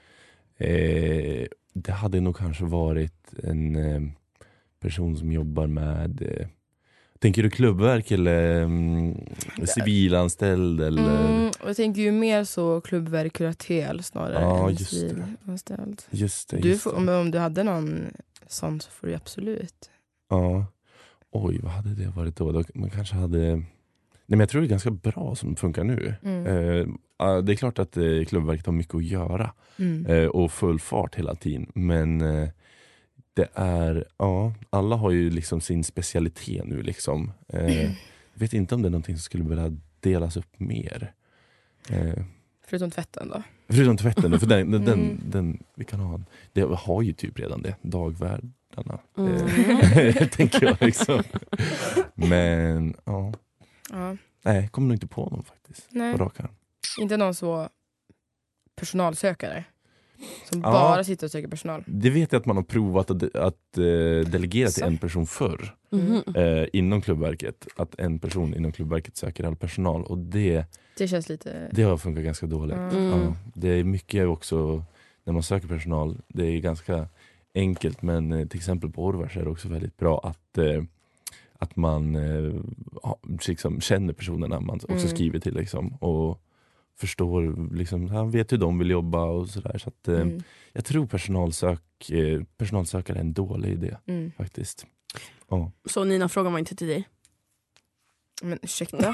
S7: Det hade nog kanske varit en person som jobbar med... tänker du klubbverk eller civilanställd? Eller?
S3: Jag tänker ju mer så klubbverk kuratel snarare än civilanställd.
S7: Just det.
S3: Du får, om du hade någon sån så får du absolut.
S7: Ja. Oj, vad hade det varit då? Man kanske hade... Nej, men jag tror det är ganska bra som det funkar nu. Det är klart att klubbverket har mycket att göra. Och full fart hela tiden. Men det är... Ja, alla har ju liksom sin specialitet nu liksom. Jag vet inte om det är någonting som skulle vilja delas upp mer.
S3: Förutom tvätten då?
S7: Förutom tvätten då, för den vi kan ha. Det har ju typ redan det. Dagvärdarna. Tänker jag liksom. Men ja. Nej, kommer nog inte på någon faktiskt.
S3: Nej.
S7: På rakan.
S3: Inte någon så personalsökare som bara sitter och söker personal.
S7: Det vet jag att man har provat att delegera till en person förr. Inom klubbverket. Att en person inom klubbverket söker all personal. Och det
S3: känns lite...
S7: Det har funkat ganska dåligt. Ja, det är mycket också när man söker personal. Det är ganska enkelt, men till exempel på Orvar så är det också väldigt bra att man liksom känner personerna man också skriver till liksom, och förstår liksom, han vet hur de vill jobba och sådär, så att jag tror personalsökare är en dålig idé faktiskt.
S4: Så Nina, frågan var inte till dig?
S3: Men ursäkta.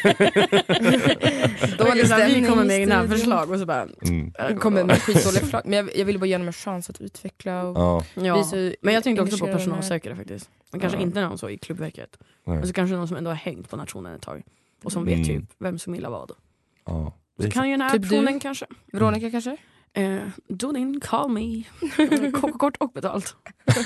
S4: Vi kommer med egna förslag och så bara
S3: kommer med skitdåliga förslag. Men jag ville bara ge dem en chans att utveckla och
S4: men jag tänkte också på personalsökare faktiskt. Men kanske inte någon så i klubbverket. Och så kanske någon som ändå har hängt på nationen ett tag och som vet typ vem som gillar vad. Så kan ju den här
S3: typ
S4: personen kanske.
S3: Veronica kanske?
S4: Do din, call me. Kort och betalt.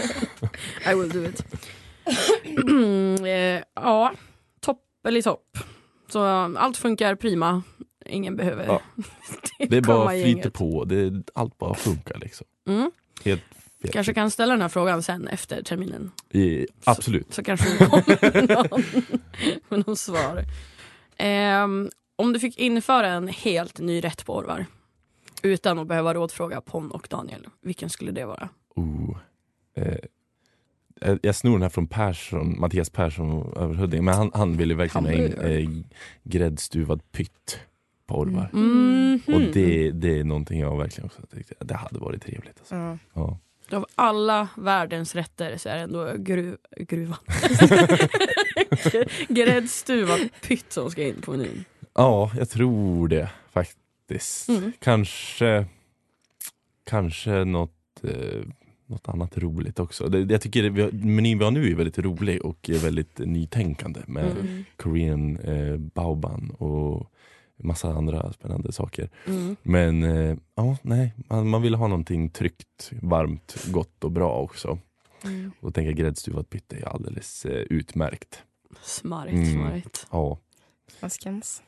S4: I will do it. Ja, topp eller topp? Så allt funkar prima. Ingen behöver
S7: Ja. Det är bara
S4: komma
S7: flyter
S4: gänget.
S7: på. Allt bara funkar liksom. Helt fel.
S4: Kanske kan ställa den här frågan sen efter terminen.
S7: Absolut.
S4: Så kanske det kommer med någon svar. Om du fick införa en helt ny rätt på Orvar utan att behöva rådfråga Pon och Daniel, vilken skulle det vara?
S7: Jag snor den här från Mattias Persson över Huddinge. Men han ville verkligen ha in gräddstuvad pytt på Orvar. Och det är någonting jag verkligen också tyckte. Det hade varit trevligt. Alltså. Ja.
S4: Av alla världens rätter så är det ändå gruvan. Gräddstuvad pytt som ska in på menyn.
S7: Ja, jag tror det faktiskt. Kanske något annat roligt också. Jag tycker menyn vi har nu är väldigt rolig och väldigt nytänkande med Korean baoban och massa andra spännande saker. Men man vill ha någonting tryggt, varmt, gott och bra också. Och tänker gräddstuvat pytte är alldeles utmärkt.
S4: Smarrigt.
S7: Ja.
S3: Maskens.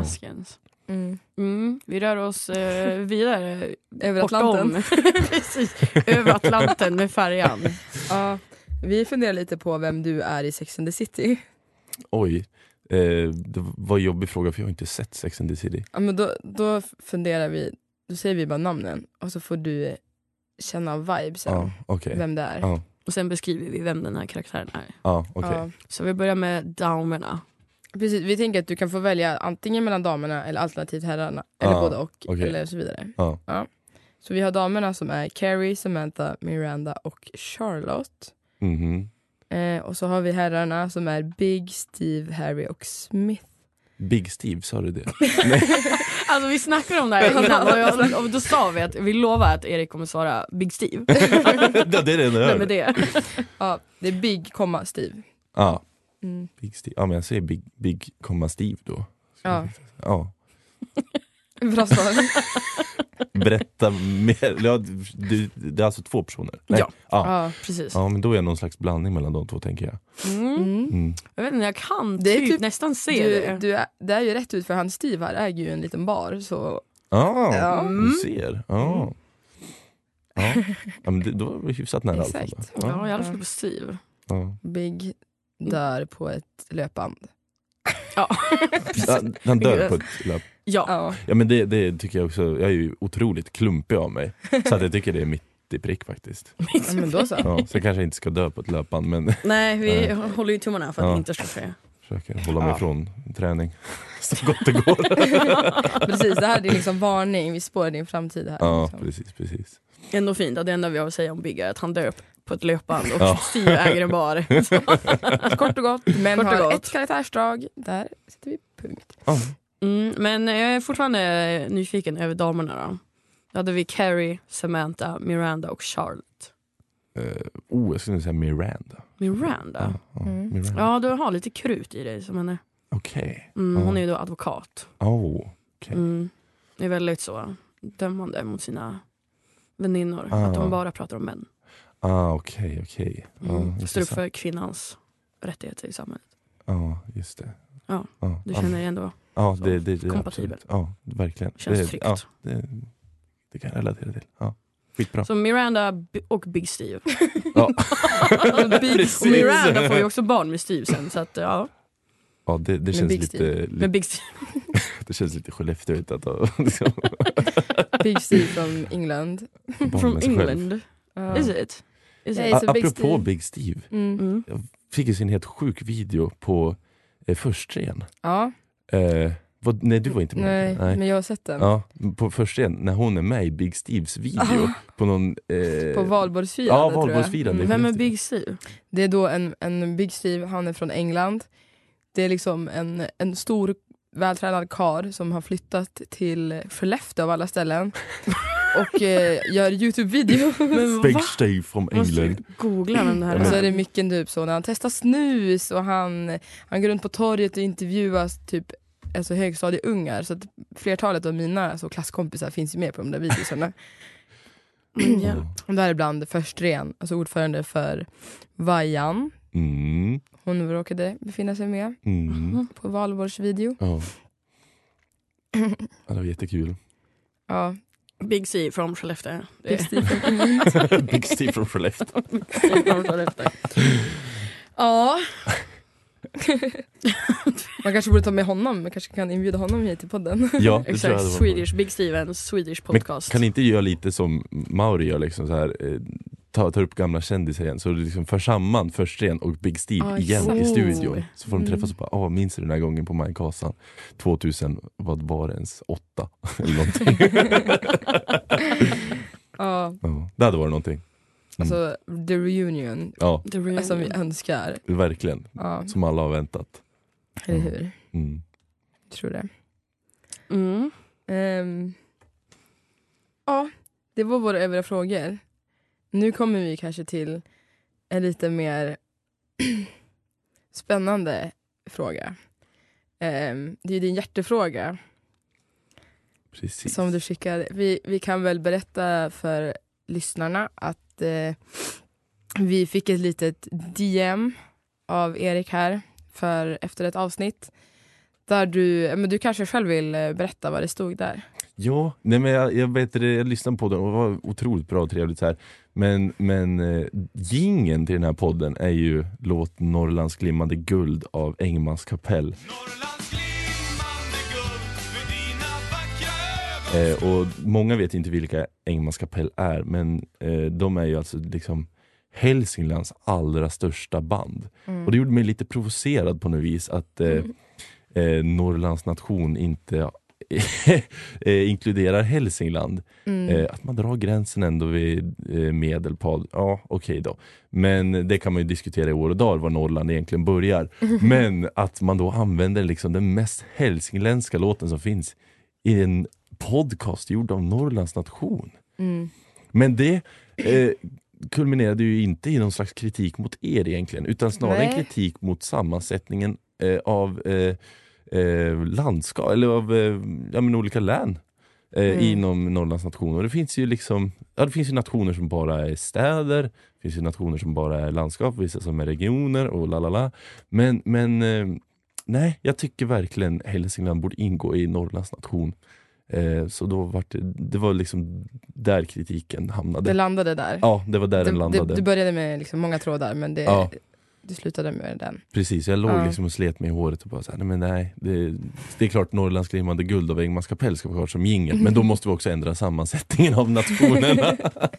S4: Vi rör oss vidare
S3: Över Atlanten.
S4: Precis, över Atlanten med färjan.
S3: Ja, vi funderar lite på vem du är i Sex and the City.
S7: Oj, det var en jobbig fråga för jag har inte sett Sex and the City.
S3: Ja, men då funderar vi, då säger vi bara namnen och så får du känna vibesen, vem det är.
S7: Ja.
S4: Och sen beskriver vi vem den här karaktären är.
S7: Ja, okej.
S3: Ja.
S4: Så vi börjar med damerna.
S3: Precis, vi tänker att du kan få välja antingen mellan damerna eller alternativt herrarna. Eller både och, eller så vidare.
S7: Ja.
S3: Så vi har damerna som är Carrie, Samantha, Miranda och Charlotte. Och så har vi herrarna som är Big, Steve, Harry och Smith.
S7: Big Steve, sa du det?
S4: Alltså vi snackade om det här innan och då sa vi att vi lovar att Erik kommer svara Big Steve.
S7: Det är det enda jag
S4: Vem är det?
S3: Ja, det är Big, Steve.
S7: Ja. Big Steve. Ja, men jag säger Big, Steve då.
S3: Ja.
S4: Bra svar.
S7: Berätta mer. Ja, det är alltså 2 personer? Nej.
S4: Ja, precis.
S7: Ja, men då är det någon slags blandning mellan de 2 tänker jag.
S4: Jag vet inte, jag kan
S3: det är typ
S4: nästan se det.
S3: Det är ju rätt ut för han Steve här äger ju en liten bar. Så...
S7: Du ser. Ja, men då var det hyfsat nära.
S3: Exakt.
S4: Ja, i alla fall på Steve.
S3: Big dör på ett löpband.
S4: Ja,
S7: han dör på ett löp.
S4: Ja,
S7: men det tycker jag också. Jag är ju otroligt klumpig av mig. Så att jag tycker det är mitt i prick faktiskt.
S3: Ja, men då så.
S7: Ja, så jag kanske inte ska dö på ett löpband. Men
S4: nej, vi håller ju tummarna för att det inte ska ske.
S7: Försöker hålla mig från träning så gott det går.
S3: Precis, det här är liksom varning. Vi spårar din framtid här.
S7: Ja,
S3: liksom.
S7: precis.
S4: Ändå fint, det enda vi har att säga om Big är att han dör på ett löpband och Steve äger en bar.
S3: Kort och gott, men
S4: Kort och
S3: har
S4: gott.
S3: ett karaktärsdrag. Där sätter vi punkt.
S4: Men jag är fortfarande nyfiken över damerna då. Då hade vi Carrie, Samantha, Miranda och Charlotte.
S7: Jag skulle säga Miranda.
S4: Miranda?
S7: Miranda.
S4: Ja, du har lite krut i dig som henne.
S7: Okej.
S4: Hon är ju då advokat.
S7: Okej.
S4: Det är väldigt så dömande mot sina väninnor. Att de bara pratar om män.
S7: Okej.
S4: Står upp för kvinnans rättigheter i samhället.
S7: Ja, just det.
S4: Ja, du känner dig ändå
S7: det
S4: kompatibelt.
S7: Ja, verkligen.
S4: Känns tryggt.
S7: Ja, det kan jag relatera till. Ja, skitbra.
S4: Så Miranda och Big Steve.
S7: Ja.
S4: Och Miranda får ju också barn med Steve sen. Så att,
S7: ja, det känns lite...
S4: Med Big Steve.
S7: Det känns lite Skellefteå att liksom.
S3: Big Steve från England.
S4: From England? Is it?
S7: Apropå Big Steve. Jag fick ju sin helt sjuk video på förstren.
S3: Ja.
S7: Nej, du var inte med.
S3: Nej, men jag har sett den.
S7: Ja, på förstren när hon är med i Big Steves video på någon
S3: på valborgsfirande.
S7: Ja, valborgsfirande.
S4: Vem är Big Steve?
S3: Det är då en Big Steve, han är från England. Det är liksom en stor vältränad karl som har flyttat till Skellefteå av alla ställen och gör YouTube-video.
S7: Big Steve from England.
S4: Googla den här.
S3: Och så är det mycket typ så när han testar snus och han går runt på torget och intervjuas typ alltså högstadieungar, så att flertalet av mina alltså, klasskompisar finns ju med på de där videorna. Och där är ibland förstren, alltså ordförande för Vajan, Hon råkade befinna sig med på valborgsvideo.
S7: Ja. Det var jättekul.
S3: Ja.
S4: Big C från Skellefteå.
S7: Big Steve från Skellefteå.
S4: Ja.
S3: Man kanske borde ta med honom. Man kanske kan inbjuda honom hit till podden.
S7: Ja, det tror jag
S4: Exakt,
S7: hade varit
S4: Swedish, Big Stevens Swedish
S7: Men
S4: podcast.
S7: kan inte göra lite som Mauri gör liksom så här, tar upp gamla kändisar igen, så du liksom för samman Försten och Big Steve igen i studion, så får de träffas och bara, minns du den här gången på Majkasan 2000, vad var det ens, 8 eller någonting.
S3: Ja.
S7: Ja, det hade varit någonting.
S3: Alltså the reunion.
S7: Ja,
S3: Som vi önskar.
S7: verkligen.
S3: Ja.
S7: Som alla har väntat.
S3: Eller hur?
S7: Mm.
S3: Jag tror det.
S4: Mm.
S3: Ja, det var våra övriga frågor. Nu kommer vi kanske till en lite mer spännande fråga. Det är ju din hjärtefråga
S7: Precis.
S3: som du skickade. Vi kan väl berätta för lyssnarna att vi fick ett litet DM av Erik här efter ett avsnitt där du kanske själv vill berätta vad det stod där.
S7: Ja, nej men jag vet det, jag lyssnade på den och det var otroligt bra och trevligt så här. Men jingeln till den här podden är ju låt Norrlands glimmande guld av Engmans kapell.
S2: Norrlands glimmande guld med dina vackra ögon.
S7: Och många vet inte vilka Engmans kapell är, men de är ju alltså liksom Hälsinglands allra största band. Och det gjorde mig lite provocerad på något vis att Norrlands nation inte inkluderar Hälsingland. Att man drar gränsen ändå vid Medelpad. Ja, okej då. Men det kan man ju diskutera i år och dag var Norrland egentligen börjar. Men att man då använder liksom den mest hälsingländska låten som finns i en podcast gjord av Norrlands nation. Men det kulminerade ju inte i någon slags kritik mot er egentligen, utan snarare en kritik mot sammansättningen av landskap eller av olika län inom Norrlands nation. Och det finns ju liksom, det finns ju nationer som bara är städer, det finns ju nationer som bara är landskap, vissa som är regioner och lalala. Men nej, jag tycker verkligen Hälsingland borde ingå i Norrlands nation. Så då var det var liksom där kritiken hamnade.
S3: Det landade där.
S7: Ja, det var där den landade.
S3: Du började med liksom många trådar, men det slutade med den.
S7: Precis, jag låg liksom och slet mig i håret och bara såhär, nej, det är klart Norrlands glimmande guld av Engmans kapell ska vara klart som jingel, men då måste vi också ändra sammansättningen av nationerna.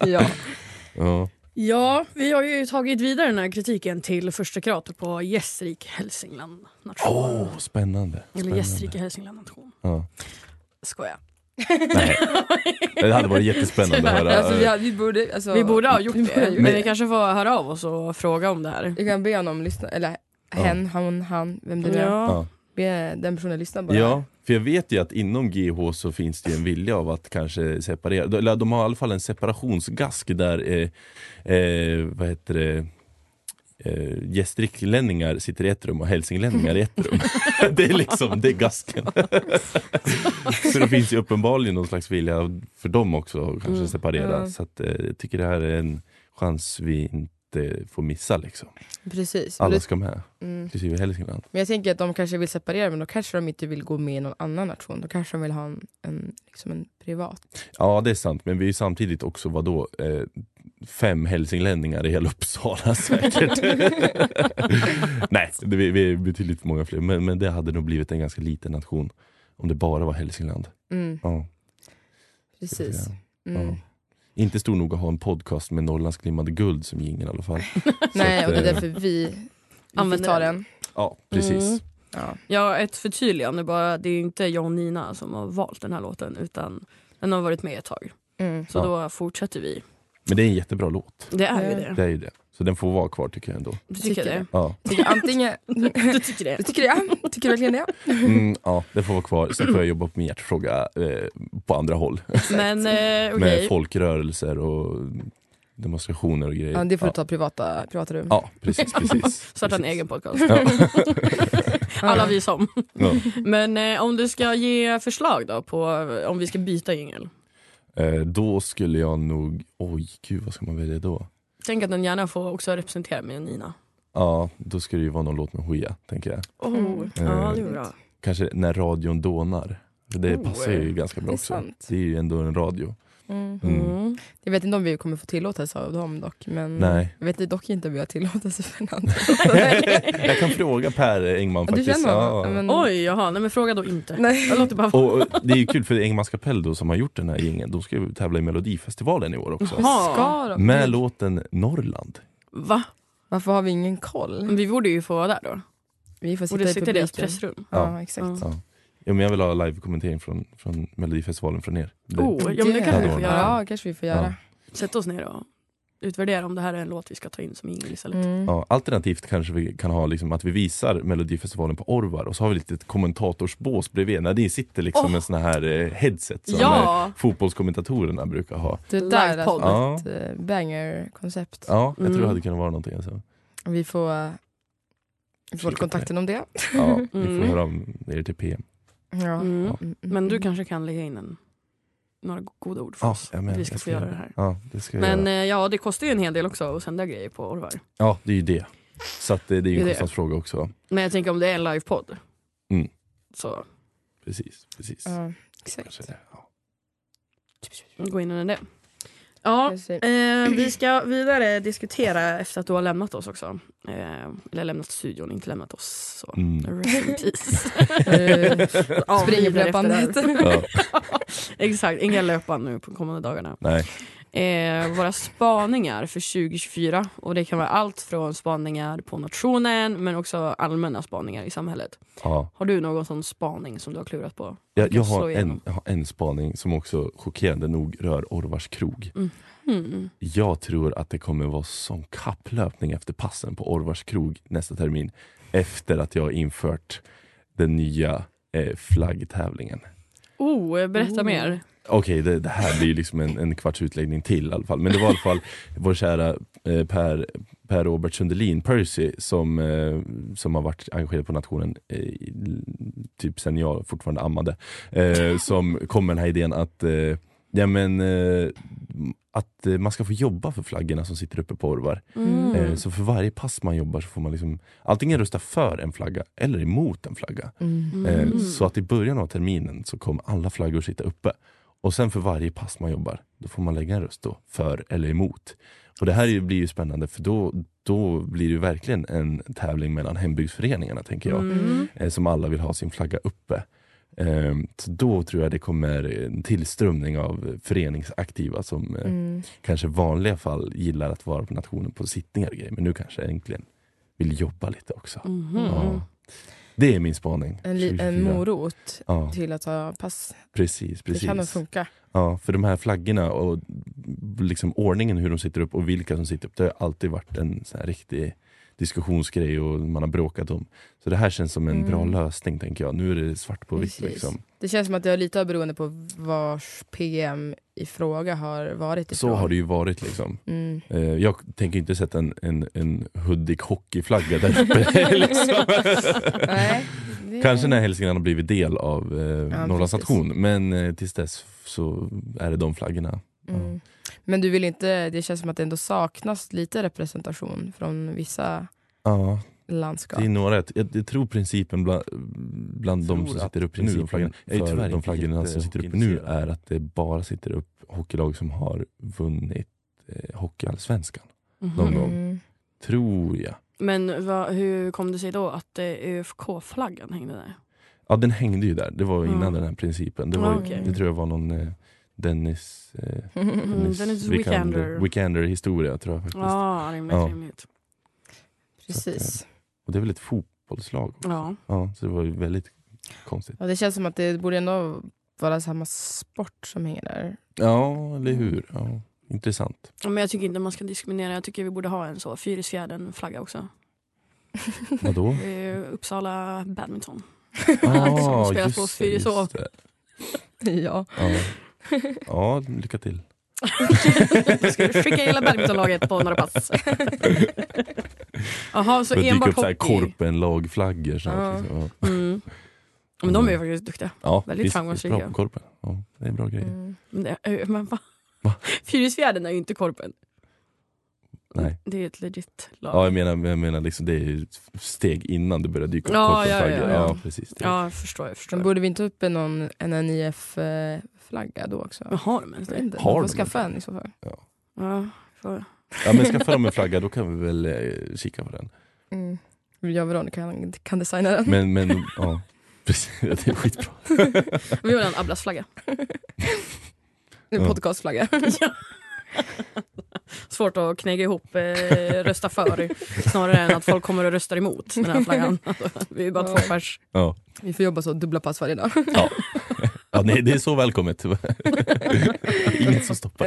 S4: Ja, vi har ju tagit vidare den här kritiken till första krater på Gästrike Hälsingland nation.
S7: Spännande.
S4: Eller Gästrike Hälsingland nation.
S7: Ja.
S4: Skoja.
S7: Nej, det hade varit jättespännande att höra.
S3: Alltså,
S4: vi borde ha gjort det, men vi kanske får höra av oss och fråga om det här.
S3: Vi kan be honom lyssna, eller han, vem det nu är.
S4: Ja.
S3: Be den personen lyssna bara.
S7: Ja, för jag vet ju att inom GH så finns det en vilja av att kanske separera. Eller de har i alla fall en separationsgask där vad heter det, gästriklänningar sitter i ett rum och hälsinglänningar i ett rum. Det är liksom, det är gasken. Så det finns ju uppenbarligen någon slags vilja för dem också att kanske separera. Så att, jag tycker det här är en chans vi inte får missa liksom.
S3: Precis.
S7: Alla ska med, inklusive Hälsingland.
S3: Men jag tänker att de kanske vill separera, men då kanske de inte vill gå med i någon annan nation. Då kanske de vill ha en privat.
S7: Ja, det är sant, men vi är ju samtidigt också 5 hälsinglänningar i hela Uppsala säkert. Nej, vi är betydligt för många fler, men det hade nog blivit en ganska liten nation om det bara var Hälsingland. Ja.
S3: Precis.
S7: Ja. Inte stor nog att ha en podcast med Norrlands glimmande guld som jingeln i alla fall.
S3: Nej, och det är därför vi tar den.
S7: Ja, precis.
S4: Ja, ett förtydligande bara. Det är inte jag och Nina som har valt den här låten, utan den har varit med ett tag. Så då fortsätter vi.
S7: Men det är en jättebra låt.
S4: Det är ju det.
S7: Det är ju det. Så den får vara kvar tycker jag ändå.
S4: Du tycker det?
S7: Ja.
S3: Antingen...
S4: Du tycker det?
S3: Du tycker det? Tycker du verkligen det?
S7: Ja, det får vara kvar. Sen får jag jobba på min hjärtfråga på andra håll.
S4: Men okay.
S7: Med folkrörelser och demonstrationer och grejer.
S3: Ja, det får du ta privata rum.
S7: Ja, precis.
S4: Starta en egen podcast. Alla vi som.
S7: Ja.
S4: Men om du ska ge förslag då på om vi ska byta jingel.
S7: Då skulle jag nog... Oj, gud, vad ska man välja då?
S4: Tänk att den gärna får också representera med Nina.
S7: Ja, då ska det ju vara någon låt med Hooja, tänker jag.
S4: Ja, det är bra.
S7: Kanske När radion dånar. Det passar ju ganska bra
S3: Det är
S7: också.
S3: sant.
S7: Det är ju ändå en radio.
S3: Jag vet inte om vi kommer få tillåtelse av dem dock. Men
S7: Nej.
S3: jag vet dock inte om vi har tillåtelse för en annan.
S7: Jag kan fråga Per Engman
S3: Du
S7: faktiskt.
S3: känner honom? Men...
S4: Oj, jaha, nej men fråga då inte.
S3: Nej.
S4: Jag låter bara...
S7: Och det är ju kul för Engmans kapell då, som har gjort den här gängen. De ska ju tävla i Melodifestivalen i år också.
S3: Ska de?
S7: Med låten Norrland.
S4: Va?
S3: Varför har vi ingen koll?
S4: Men vi borde ju få vara där då.
S3: Vi får
S4: Borde
S3: sitta i
S4: sitta i deras
S3: publiken.
S4: pressrum.
S3: Ja, exakt.
S7: Ja. Ja, men jag vill ha live-kommentering från Melodifestivalen från er.
S4: Ja men det kanske vi får göra.
S3: Ja, kanske vi får göra.
S4: Sätta oss ner och utvärdera om det här är en låt vi ska ta in som Ingrid istället.
S7: Ja, alternativt kanske vi kan ha liksom att vi visar Melodifestivalen på Orvar och så har vi lite ett kommentatorsbås bredvid när det sitter liksom en sån här headset som fotbollskommentatorerna brukar ha.
S3: Det där är
S4: Livepodd.
S3: alltså ett banger-koncept.
S7: Ja, jag tror det hade kunnat vara någonting alltså.
S3: Vi får kontakten om det.
S7: Ja, vi får höra om er till PM.
S3: Ja.
S4: Men du kanske kan lägga in några goda ord för oss.
S7: men
S4: Vi ska få göra det här.
S7: Ja, det ska jag
S4: Men
S7: göra.
S4: det kostar ju en hel del också att sända grejer på Orvar.
S7: Ja, det är ju det. Så att det är ju en
S4: Det.
S7: kostnadsfråga också.
S4: Men jag tänker om det är en livepodd. Så
S7: Precis.
S3: Ja, exakt.
S7: Kanske det, ja.
S4: gå in under det. Ja, vi ska vidare diskutera efter att du har lämnat oss också. Eller lämnat studion, inte lämnat oss. Så. Rest in peace.
S3: Springer på löpbandet.
S7: Ja.
S4: Exakt, inga löpan nu på de kommande dagarna.
S7: Nej.
S4: Våra spaningar för 2024. Och det kan vara allt från spaningar på nationen men också allmänna spaningar i samhället.
S7: Ja.
S4: Har du någon sån spaning som du har klurat på?
S7: Jag har en spaning som också chockerande nog rör Orvars krog. Jag tror att det kommer vara sån kapplöpning efter passen på Orvars krog nästa termin. Efter att jag har infört den nya flaggtävlingen.
S4: Berätta mer.
S7: Okej, det här blir ju liksom en kvarts utläggning till i alla fall. Men det var i alla fall vår kära Per Robert Sundelin, Percy, som har varit engagerad på nationen typ sen jag fortfarande ammade. Som kom med den här idén att att man ska få jobba för flaggorna som sitter uppe på Orvar. Så för varje pass man jobbar så får man liksom antingen rösta för en flagga eller emot en flagga. Så att i början av terminen så kommer alla flaggor sitta uppe. Och sen för varje pass man jobbar, då får man lägga en röst då, för eller emot. Och det här blir ju spännande, för då blir det ju verkligen en tävling mellan hembygdsföreningarna, tänker jag. Som alla vill ha sin flagga uppe. Så då tror jag det kommer en tillströmning av föreningsaktiva som kanske i vanliga fall gillar att vara på nationen på sittningar och grejer, men nu kanske egentligen vill jobba lite också. Ja. Det är min spaning.
S3: En morot till att ta pass.
S7: Precis.
S3: Det kan nog funka.
S7: Ja, för de här flaggorna och liksom ordningen hur de sitter upp och vilka som sitter upp, det har alltid varit en sån här riktig diskussionsgrej och man har bråkat om. Så det här känns som en bra lösning, tänker jag. Nu är det svart på vitt liksom.
S3: Det känns som att det är lite beroende på vars PM i fråga har varit ifrån.
S7: Så har det ju varit liksom. Jag tänker inte sätta en Hudik hockeyflagga där uppe. Liksom.
S3: Nej,
S7: Kanske när Hälsingland har blivit del av Norrlands nation. Men tills dess så är det de flaggorna.
S3: Men du vill inte, det känns som att det ändå saknas lite representation från vissa landskap.
S7: Det är några, jag tror principen bland de som sitter uppe nu, de flaggorna som sitter uppe nu, är att det bara sitter upp hockeylag som har vunnit hockeyallsvenskan någon gång. Tror jag.
S4: Men hur kom det sig då att ÖFK-flaggan hängde där?
S7: Ja, den hängde ju där. Det var innan den här principen. Det var, det tror jag var någon Dennis Weekender historia, tror jag faktiskt.
S4: Ja, rimligt.
S3: Precis.
S7: Och det är väl ett fotbollslag också. Ja, så det var ju väldigt konstigt.
S3: Ja, det känns som att det borde ändå vara samma sport som hänger där.
S7: Ja, eller hur? Ja, intressant.
S4: Men jag tycker inte man ska diskriminera. Jag tycker vi borde ha en så Fyrisfjärden-flagga också.
S7: Vadå?
S4: Uppsala badminton.
S7: Som
S4: spelas på Fyriså.
S3: Ja.
S7: Ja, lycka till.
S4: Då ska du skicka hela badmintonlaget på några pass. Jaha, så enbart hockey.
S7: Korpen-lagflaggor.
S4: Men de är ju faktiskt duktiga.
S7: Ja,
S4: väldigt framgångsrika.
S7: Bra på korpen. Ja, det är bra grejer.
S4: Men va? Fyrisfjärden är ju inte korpen.
S7: Nej.
S4: Det är ett legit lag.
S7: Ja, jag menar liksom, det är ju steg innan det börjar dyka upp
S4: Ja,
S7: flaggor.
S4: ja.
S7: Ja, precis.
S4: Ja, jag förstår.
S3: Men borde vi inte upp en NIF-flagga då också?
S4: Men har de ens det?
S3: Inte.
S7: Har
S3: Har
S7: de
S3: de skaffa en i så fall?
S4: Ja, för...
S7: Ja, men skaffa dem en flagga, då kan vi väl kika på den.
S3: Jag och Veronica kan designa den.
S7: Men ja, precis, det är skitbra.
S4: Vi vill ha en Ablas-flagga.
S3: En podcastflagga.
S4: Ja. Svårt att knägga ihop rösta för snarare än att folk kommer och röstar emot den här flaggan. Vi är bara 2 pers.
S7: Ja.
S3: Vi får jobba så dubbla pass varje dag.
S7: Ja. Ja, nej, det är så välkommet. Inget som stoppar.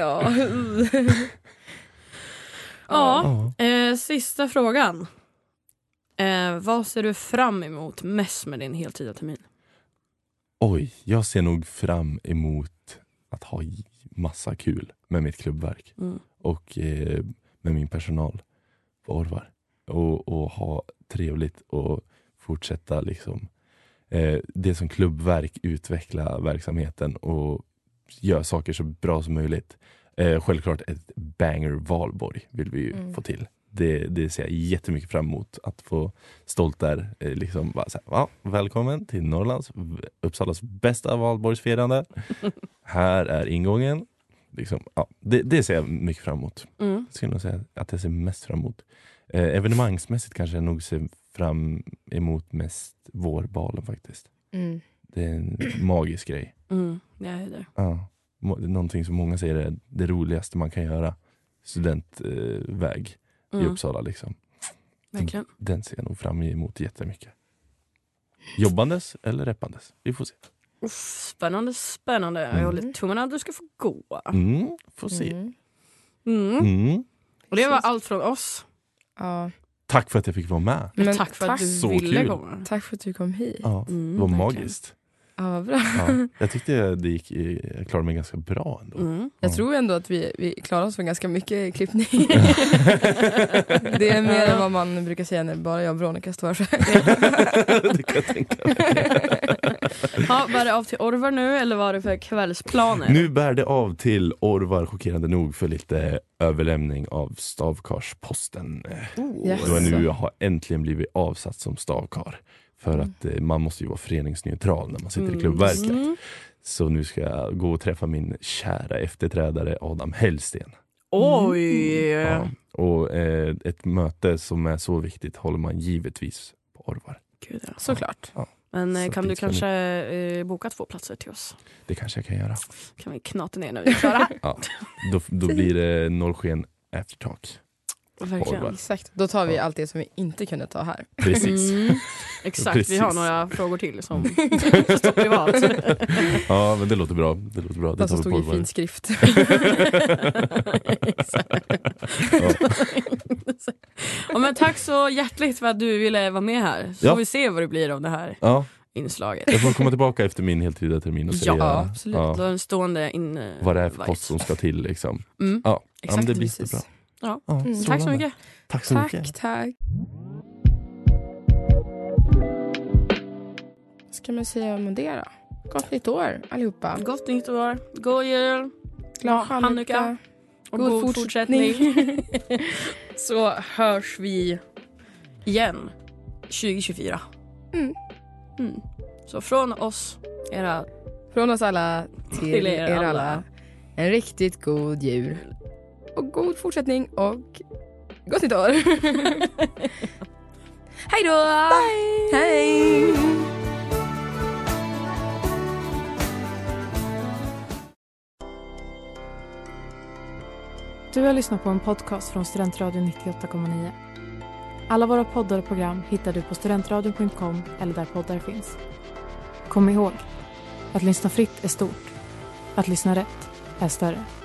S4: Ja. Sista frågan. Vad ser du fram emot mest med din heltida termin?
S7: Oj, jag ser nog fram emot att ha massa kul med mitt klubbverk. Och med min personal på Orvar. Och ha trevligt och fortsätta liksom det som klubbverk, utveckla verksamheten och göra saker så bra som möjligt. Självklart ett banger Valborg vill vi ju få till. Det ser jag jättemycket fram emot, att få stolt där liksom bara så här, välkommen till Norrlands, Uppsalas bästa Valborgsfirande. Här är ingången. Liksom, ja, det ser jag mycket fram emot. Jag skulle nog säga att jag ser mest fram emot. Evenemangsmässigt kanske jag nog ser fram emot mest vårbalen faktiskt. Det är en magisk grej.
S4: Det är det.
S7: Ja, någonting som många säger är det roligaste man kan göra. Studentväg i Uppsala liksom.
S4: Verkligen.
S7: Den ser jag nog fram emot jättemycket. Jobbandes eller reppandes? Vi får se.
S4: Spännande. Jag håller tummarna att du ska få gå.
S7: Får se.
S4: Och det var allt från oss.
S3: Ja.
S7: Tack för att jag fick vara med.
S4: Men tack för att du
S7: Så
S4: ville
S7: kul.
S4: komma.
S3: Tack för att du kom hit.
S7: Ja, det var magiskt.
S3: Ja, vad bra.
S7: Ja, jag tyckte jag klarade mig ganska bra ändå.
S3: Jag tror ändå att vi klarar oss för ganska mycket klippning. Det är mer än vad man brukar säga när bara jag och Veronica står för.
S7: Det kan jag tänka mig.
S4: Ja, var det av till Orvar nu eller var det för kvällsplaner?
S7: Nu bär det av till Orvar, chockerande nog, för lite överlämning av stavkarsposten.
S3: Yes.
S7: Då nu har äntligen blivit avsatt som stavkar. För att man måste ju vara föreningsneutral när man sitter i klubbverket. Så nu ska jag gå och träffa min kära efterträdare Adam Hellsten.
S4: Oj!
S7: Ja. Och ett möte som är så viktigt håller man givetvis på Orvar.
S4: Gud, ja.
S3: Såklart.
S7: Ja.
S4: Men
S7: Så
S4: kan du
S7: dit ska
S4: kanske boka 2 platser till oss?
S7: Det kanske jag kan göra.
S4: Kan vi knata ner när vi är klara?
S7: Ja. Då blir det norrsken aftertalk.
S4: Verkligen.
S3: Exakt. Då tar vi allt det som vi inte kunde ta här.
S7: Precis.
S4: Exakt,
S7: Precis.
S4: vi har några frågor till som står privat.
S7: Ja, men det låter bra. Det låter bra.
S3: Det som
S7: tar vi
S3: stod i fin skrift.
S4: Ja, men tack så hjärtligt för att du ville vara med här. Så får vi se vad det blir av det här inslaget.
S7: Jag får komma tillbaka efter min heltida termin och säga
S4: absolut. Då är en stående
S7: vad det är för post som ska till liksom. Ja,
S3: Exakt,
S7: men det blir
S3: precis.
S7: bra.
S4: Ja.
S7: Strålande.
S4: Tack så mycket.
S7: Tack så mycket.
S3: Tack. Ska man säga om det då? Gott nytt år allihopa.
S4: Gott nytt år. God jul.
S3: Glad
S4: Hanukka. Och god fortsättning. Så hörs vi igen 2024. Så från oss
S3: alla till er alla. En riktigt god jul. Och god fortsättning och gott nytt år. Hej då! Bye! Hej!
S1: Du har lyssnat på en podcast från Studentradion 98,9. Alla våra poddar och program hittar du på studentradion.com eller där poddar finns. Kom ihåg, att lyssna fritt är stort. Att lyssna rätt är större.